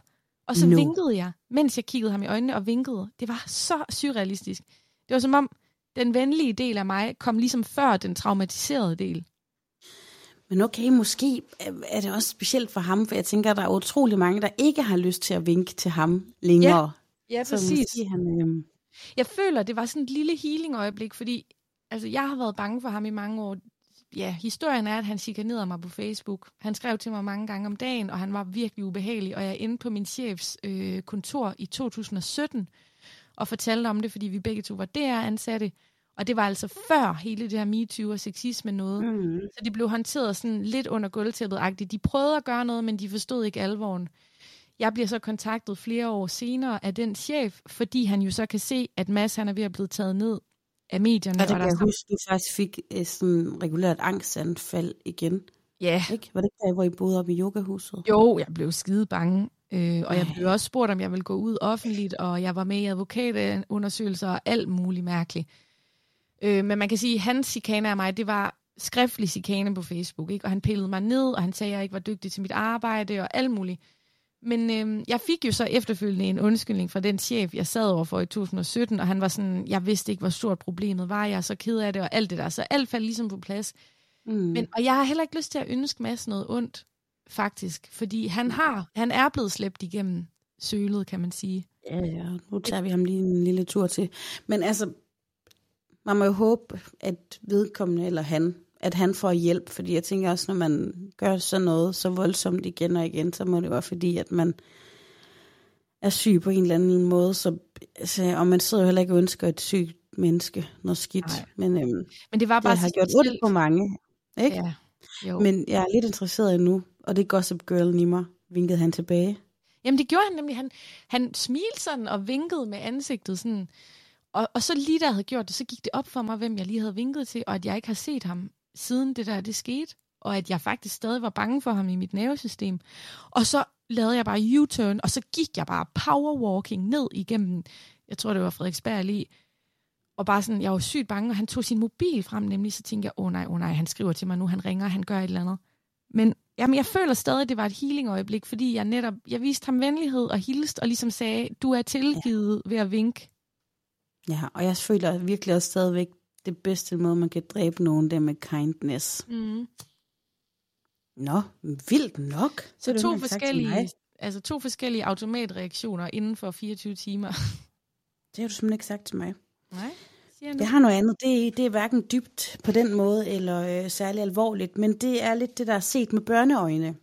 Og så vinkede jeg, mens jeg kiggede ham i øjnene og vinkede. Det var så surrealistisk. Det var som om, den venlige del af mig kom ligesom før den traumatiserede del. Men okay, måske er det også specielt for ham, for jeg tænker, at der er utrolig mange, der ikke har lyst til at vinke til ham længere. Ja, præcis. Jeg føler, det var sådan et lille healing-øjeblik, fordi altså, jeg har været bange for ham i mange år. Ja, historien er, at han chikanerede mig på Facebook. Han skrev til mig mange gange om dagen, og han var virkelig ubehagelig. Og jeg er inde på min chefs kontor i 2017 og fortalte om det, fordi vi begge to var DR-ansatte. Og det var altså før hele det her MeToo og sexisme noget. Så det blev håndteret sådan lidt under gulvtæppet-agtigt. De prøvede at gøre noget, men de forstod ikke alvoren. Jeg bliver så kontaktet flere år senere af den chef, fordi han jo så kan se, at Mads han er ved at blive taget ned af medierne. Og det kan jeg huske, du faktisk fik sådan regulært angstanfald igen. Ja. Ikke? Var det ikke der, hvor I boede oppe i yogahuset? Jo, jeg blev skide bange. Og jeg blev også spurgt, om jeg ville gå ud offentligt, og jeg var med i advokatundersøgelser og alt muligt mærkeligt. Men man kan sige, at hans chikane af mig, det var skriftlig chikane på Facebook, ikke? Og han pillede mig ned, og han sagde, at jeg ikke var dygtig til mit arbejde og alt muligt. Men jeg fik jo så efterfølgende en undskyldning fra den chef, jeg sad overfor i 2017, og han var sådan, jeg vidste ikke, hvor stort problemet var, jeg er så ked af det, og alt det der. Så alt faldt ligesom på plads. Og jeg har heller ikke lyst til at ønske Mads noget ondt, faktisk. Fordi han er blevet slæbt igennem sølet, kan man sige. Ja, nu tager vi ham lige en lille tur til. Men altså, man må jo håbe, at vedkommende, eller at han får hjælp, fordi jeg tænker også, når man gør sådan noget så voldsomt igen og igen, så må det være fordi, at man er syg på en eller anden måde, og man sidder jo heller ikke og ønsker et sygt menneske noget skidt. Men det var bare det har gjort ondt på mange, ikke? Ja, jo. Men jeg er lidt interesseret endnu, og det Gossip Girl i mig, vinkede han tilbage. Jamen det gjorde han nemlig, han smilte sådan og vinkede med ansigtet sådan. Og så lige da jeg havde gjort det, så gik det op for mig, hvem jeg lige havde vinket til, og at jeg ikke har set ham siden det skete, og at jeg faktisk stadig var bange for ham i mit nervesystem. Og så lavede jeg bare U-turn, og så gik jeg bare powerwalking ned igennem, jeg tror det var Frederiksberg lige, og bare sådan, jeg var sygt bange, og han tog sin mobil frem nemlig, så tænkte jeg, åh nej, han skriver til mig nu, han ringer, han gør et eller andet. Men jamen, jeg føler stadig, at det var et healing-øjeblik, fordi jeg viste ham venlighed og hilste, og ligesom sagde, du er tilgivet ved at vinke. Ja, og jeg føler virkelig også stadigvæk, det bedste måde, man kan dræbe nogen, det med kindness. Nå, vildt nok. Så to forskellige automatreaktioner inden for 24 timer. Det har du simpelthen ikke sagt til mig. Nej, siger jeg nu. Det har noget andet. Det er hverken dybt på den måde, eller særlig alvorligt, men det er lidt det, der er set med børneøjne.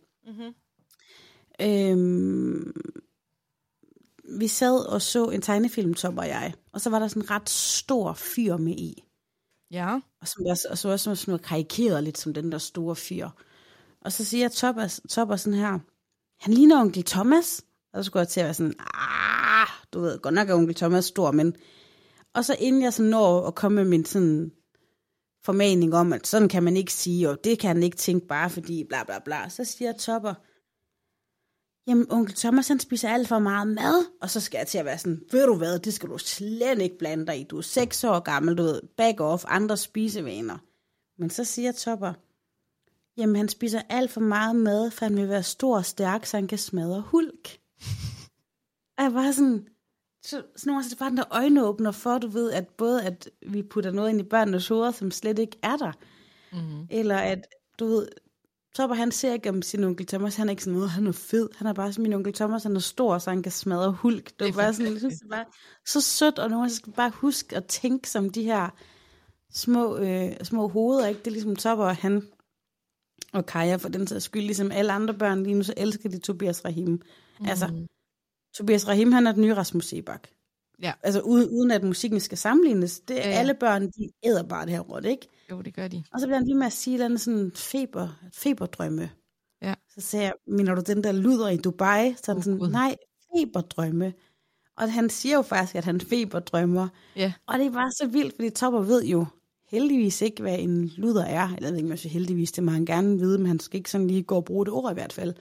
Vi sad og så en tegnefilm, Top og jeg, og så var der sådan en ret stor fyr med i. Ja. Og så også sådan noget karikeret lidt som den der store fyr. Og så siger Topper sådan her, han ligner onkel Thomas. Og så skulle jeg til at være sådan, du ved, godt nok er onkel Thomas stor, men... Og så inden jeg så når at komme med min sådan formaning om, at sådan kan man ikke sige, og det kan han ikke tænke bare fordi bla bla bla, så siger Topper, jamen onkel Thomas han spiser alt for meget mad, og så skal jeg til at være sådan, ved du hvad, det skal du slet ikke blande dig i, du er 6 år gammel, du ved, back off, andre spisevaner. Men så siger Topper, jamen han spiser alt for meget mad, for han vil være stor og stærk, så han kan smadre Hulk. Og jeg var sådan, så nogle det bare den der øjenåbner for, du ved, at både at vi putter noget ind i børnenes hoveder, som slet ikke er der, eller at, du ved, Topper han ser ikke om sin onkel Thomas, han er ikke sådan noget, han er fed, han er bare som min onkel Thomas, han er stor, så han kan smadre Hulk. Det var bare sådan, jeg synes, det var så sødt, og nogen skal bare huske at tænke som de her små hoveder, ikke? Det er ligesom Topper og han og Kaja, for den sags skyld, ligesom alle andre børn lige nu, så elsker de Tobias Rahim. Altså, Tobias Rahim, han er den nye Rasmus Seebach. Ja. Altså, uden at musikken skal sammenlignes, det er alle børn, de æder bare det her råd, ikke? Jo, det gør de. Og så bliver han lige med at sige, at han sådan feberdrømme. Ja. Så sagde jeg, mener du den der luder i Dubai? Så han sådan, nej, feberdrømme. Og han siger jo faktisk, at han feberdrømmer. Ja. Og det er bare så vildt, fordi Topper ved jo heldigvis ikke, hvad en luder er. Eller jeg ved ikke, om jeg siger heldigvis, det må han gerne vide, men han skal ikke sådan lige gå og bruge det ord i hvert fald.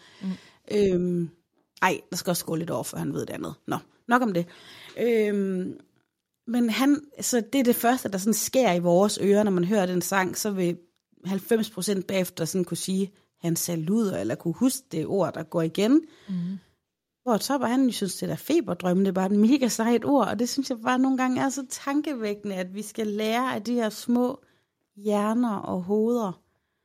Der skal også gå lidt over, for han ved det andet. Nå, nok om det. Men så det er det første, der sådan sker i vores ører, når man hører den sang, så vil 90% bagefter sådan kunne sige, han sagde luder, eller kunne huske det ord, der går igen. Hvor Topper, han synes, det der feberdrømme, det er bare et mega sejt ord, og det synes jeg bare nogle gange er så tankevækkende, at vi skal lære af de her små hjerner og hoveder.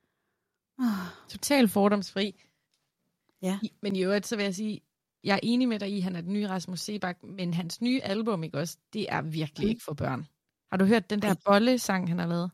Total fordomsfri. Ja. Men i øvrigt, så vil jeg sige, jeg er enig med dig i, at han er den nye Rasmus Seebach, men hans nye album, ikke også, det er virkelig ikke for børn. Har du hørt den der bolle-sang, han har lavet?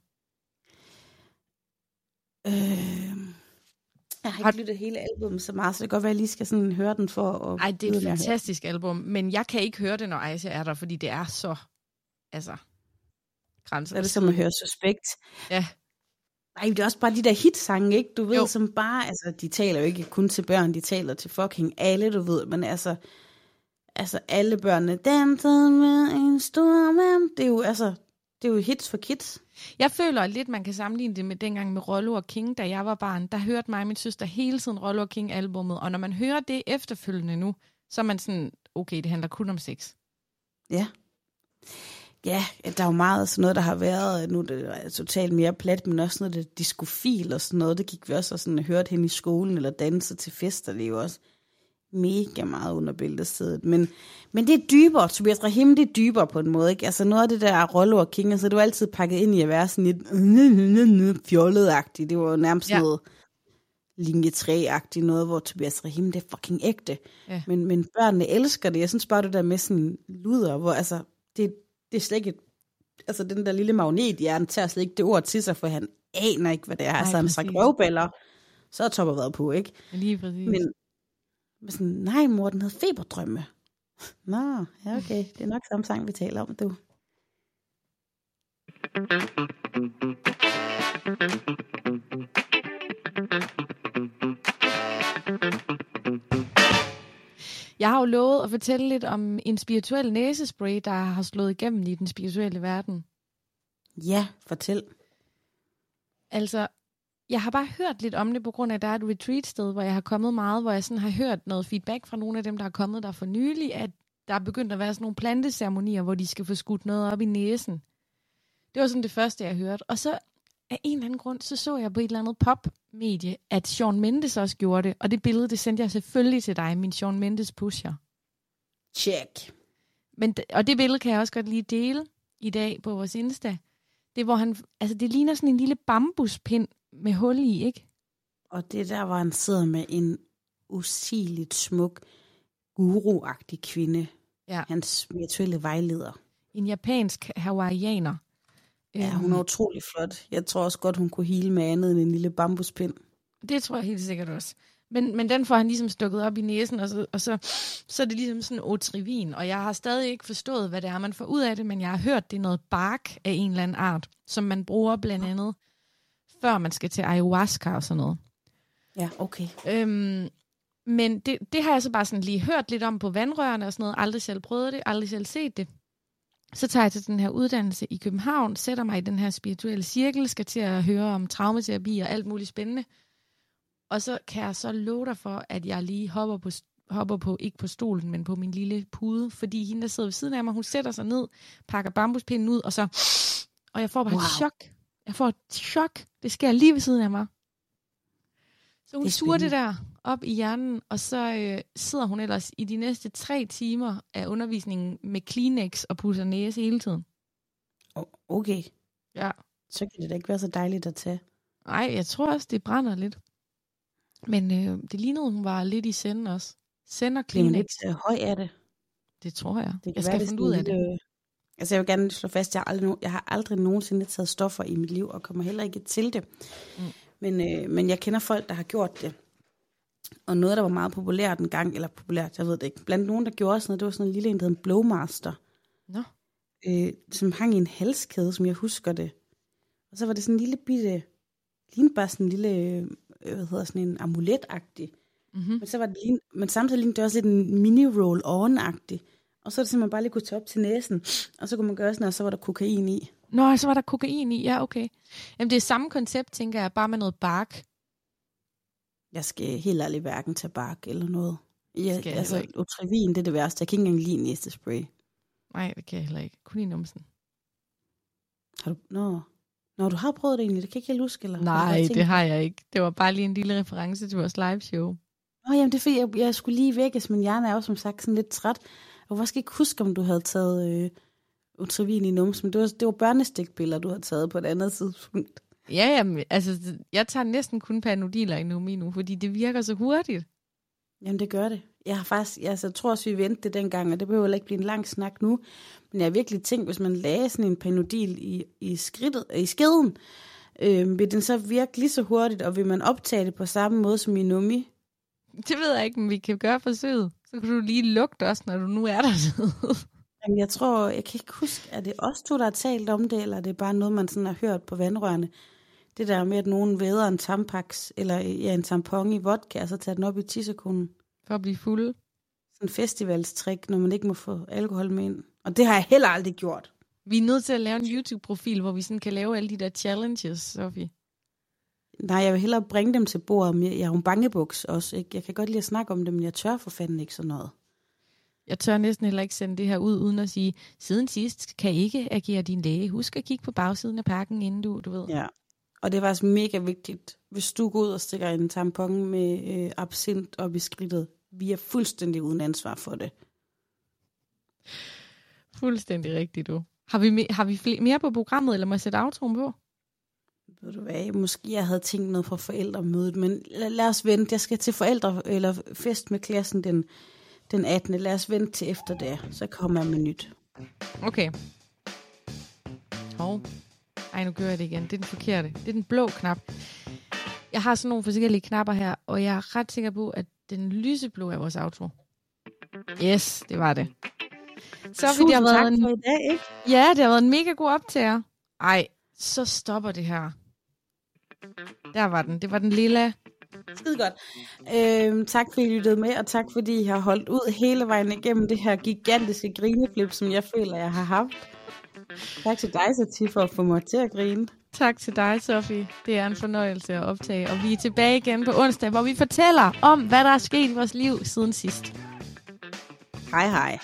Jeg har ikke lyttet hele albumet så meget, så det kan godt være, at jeg lige skal sådan høre den for at... Nej, det er et fantastisk album, men jeg kan ikke høre det, når Aisha er der, fordi det er så, grænser. Er det som at høre Suspekt? Ja. Nej, det er også bare de der hitsange, ikke? Du ved, som bare, de taler jo ikke kun til børn, de taler til fucking alle, du ved, men altså alle børnene, dansede med en stor mand, det er jo hits for kids. Jeg føler lidt, man kan sammenligne det med dengang med Rollo og King, da jeg var barn. Der hørte mig og min søster hele tiden Rollo og King-albummet, og når man hører det efterfølgende nu, så er man sådan, okay, det handler kun om sex. Ja. Ja, der er jo meget sådan noget, der har været, nu er det totalt mere plat, men også noget, det diskofil og sådan noget, det gik vi også sådan og hørte hen i skolen, eller danse til fester, det er jo også mega meget under bæltestedet. Men det er dybere, Tobias Rahim, det er dybere på en måde, ikke? Altså noget af det der Rollo og King, så det var altid pakket ind i at være sådan lidt fjollet-agtigt. Det var jo nærmest noget linje 3-agtigt, noget, hvor Tobias Rahim, det er fucking ægte. Ja. Men børnene elsker det. Jeg synes bare, det der med sådan luder, hvor det er slet ikke den der lille magnethjerne tager slet ikke det ord til sig, for han aner ikke, hvad det er. Han sagt røvballer, så har Topper været på, ikke? Lige præcis. Men sådan, nej mor, den hedder Feberdrømme. Nå, ja okay, det er nok samme sang, vi taler om, du. Jeg har jo lovet at fortælle lidt om en spirituel næsespray, der har slået igennem i den spirituelle verden. Ja, fortæl. Altså, jeg har bare hørt lidt om det, på grund af, at der er et retreat-sted, hvor jeg har kommet meget, hvor jeg sådan har hørt noget feedback fra nogle af dem, der er kommet der for nylig, at der er begyndt at være sådan nogle planteceremonier, hvor de skal få skudt noget op i næsen. Det var sådan det første, jeg hørte. Og så af en eller anden grund, så jeg på et eller andet pop-medie, at Shawn Mendes også gjorde det. Og det billede, det sendte jeg selvfølgelig til dig, min Shawn Mendes pusher. Check. Og det billede kan jeg også godt lige dele i dag på vores Insta. Det er, hvor han, det ligner sådan en lille bambuspind med hul i, ikke? Og det der, hvor han sidder med en usigeligt smuk, guru-agtig kvinde. Ja. Hans virtuelle vejleder. En japansk hawaiianer. Ja, hun er utrolig flot. Jeg tror også godt, hun kunne hele med andet end en lille bambuspind. Det tror jeg helt sikkert også. Men den får han ligesom stukket op i næsen, og så er det ligesom sådan otrivin. Og jeg har stadig ikke forstået, hvad det er, man får ud af det, men jeg har hørt, det er noget bark af en eller anden art, som man bruger blandt andet, før man skal til ayahuasca og sådan noget. Ja, okay. Men det har jeg så bare sådan lige hørt lidt om på vandrørene og sådan noget. Aldrig selv prøvet det, aldrig selv set det. Så tager jeg til den her uddannelse i København, sætter mig i den her spirituelle cirkel, skal til at høre om traumaterapi og alt muligt spændende. Og så kan jeg så love dig for, at jeg lige hopper på, ikke på stolen, men på min lille pude, fordi hende, der sidder ved siden af mig, hun sætter sig ned, pakker bambuspinden ud, og jeg får bare et chok. Jeg får et chok. Det sker lige ved siden af mig. Så hun suger det der op i hjernen, og så sidder hun ellers i de næste 3 timer af undervisningen med Kleenex og pusser næse hele tiden. Okay. Ja. Så kan det da ikke være så dejligt at tage. Nej, jeg tror også, det brænder lidt. Men det lignede, hun var lidt i senden også. Send og Kleenex. Det er lidt høj af det. Det tror jeg. Det jeg skal finde ud af det. Altså jeg vil gerne slå fast, at jeg har aldrig nogensinde taget stoffer i mit liv, og kommer heller ikke til det. Men jeg kender folk, der har gjort det. Og noget, der var meget populært en gang, eller populært, jeg ved det ikke. Blandt nogen, der gjorde sådan noget, det var sådan en lille en, der hed en Blowmaster. Nå. Som hang i en halskæde, som jeg husker det. Og så var det sådan en lille bitte, lignede bare sådan en lille, sådan en amulet-agtig. Mm-hmm. Men så var det men samtidig lignede det også lidt en mini-roll-on-agtig. Og så er det simpelthen bare lige kunne tage op til næsen, og så kunne man gøre sådan, og så var der kokain i. Nå, så var der kokain i, ja, okay. Jamen det er samme koncept, tænker jeg, bare med noget bark. Jeg skal helt ærligt hverken tage bark eller noget. Otrivin, det er det værste. Jeg kan ikke engang lide næsespray. Nej, det kan jeg heller ikke. Kun i numsen. Har du... Nå, du har prøvet det egentlig, det kan jeg ikke helt huske, eller? Nej, det har jeg ikke. Det var bare lige en lille reference til vores live show. Jamen det er fordi, jeg skulle lige vækkes, men hjernen er jo som sagt sådan lidt træt. Og jeg skal ikke huske, om du havde taget Otrivin i numsen, men det var børnestikpiller, du havde taget på et andet tidspunkt. Ja, jamen, altså, jeg tager næsten kun Panodiler i Numi nu, fordi det virker så hurtigt. Jamen, det gør det. Jeg har faktisk, jeg tror også, vi ventede det dengang, og det behøver ikke blive en lang snak nu. Men jeg har virkelig tænkt, hvis man lagde sådan en Panodil i skeden, vil den så virke lige så hurtigt, og vil man optage det på samme måde som i Numi? Det ved jeg ikke, men vi kan gøre forsøget. Så kan du lige lugte også, når du nu er der. Jamen, jeg kan ikke huske, er det os to, der har talt om det, eller er det bare noget, man sådan har hørt på vandrørene? Det der med, at nogen væder en tampax, eller en tampon i vodka, og så tager den op i 10 sekunder. For at blive fuld. Sådan en festivalstrik, når man ikke må få alkohol med ind. Og det har jeg heller aldrig gjort. Vi er nødt til at lave en YouTube-profil, hvor vi sådan kan lave alle de der challenges, Sofie. Nej, jeg vil hellere bringe dem til bordet. Jeg har en bangebuks også, ikke? Jeg kan godt lide at snakke om dem, men jeg tør for fanden ikke sådan noget. Jeg tør næsten heller ikke sende det her ud, uden at sige, siden sidst kan ikke agere din læge. Husk at kigge på bagsiden af pakken, inden du ved. Ja, og det er faktisk mega vigtigt, hvis du går ud og stikker en tampon med absint op i skridtet. Vi er fuldstændig uden ansvar for det. Fuldstændig rigtigt, du. Har vi mere på programmet, eller må jeg sætte outroen på? Ved du hvad, måske jeg havde tænkt noget fra forældremødet, men lad os vente. Jeg skal til eller fest med klassen den 18. Lad os vente til efter det, så kommer jeg med nyt. Okay. Ej, nu gør jeg det igen. Det er den forkerte. Det er den blå knap. Jeg har sådan nogle forskellige knapper her, og jeg er ret sikker på, at den lyseblå er vores outro. Yes, det var det. Så det har været en... for i dag, ikke? Ja, det har været en mega god optager. Ej, så stopper det her. Der var den. Det var den lille. Skide godt. Tak fordi I lyttede med, og tak fordi I har holdt ud hele vejen igennem det her gigantiske grineflip, som jeg føler, jeg har haft. Tak til dig, Satie, for at få mig til at grine. Tak til dig, Sofie. Det er en fornøjelse at optage, og vi er tilbage igen på onsdag, hvor vi fortæller om, hvad der er sket i vores liv siden sidst. Hej hej.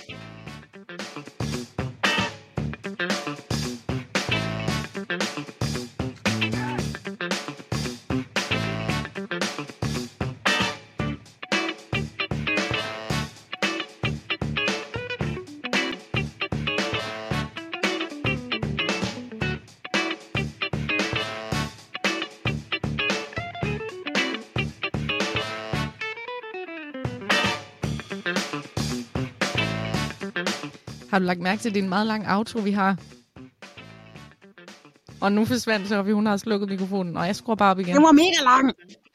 Har du lagt mærke til, at det er en meget lang outro, vi har? Og nu forsvandt Sofie, hun har slukket mikrofonen, og jeg skruer bare op igen. Det var mega lang!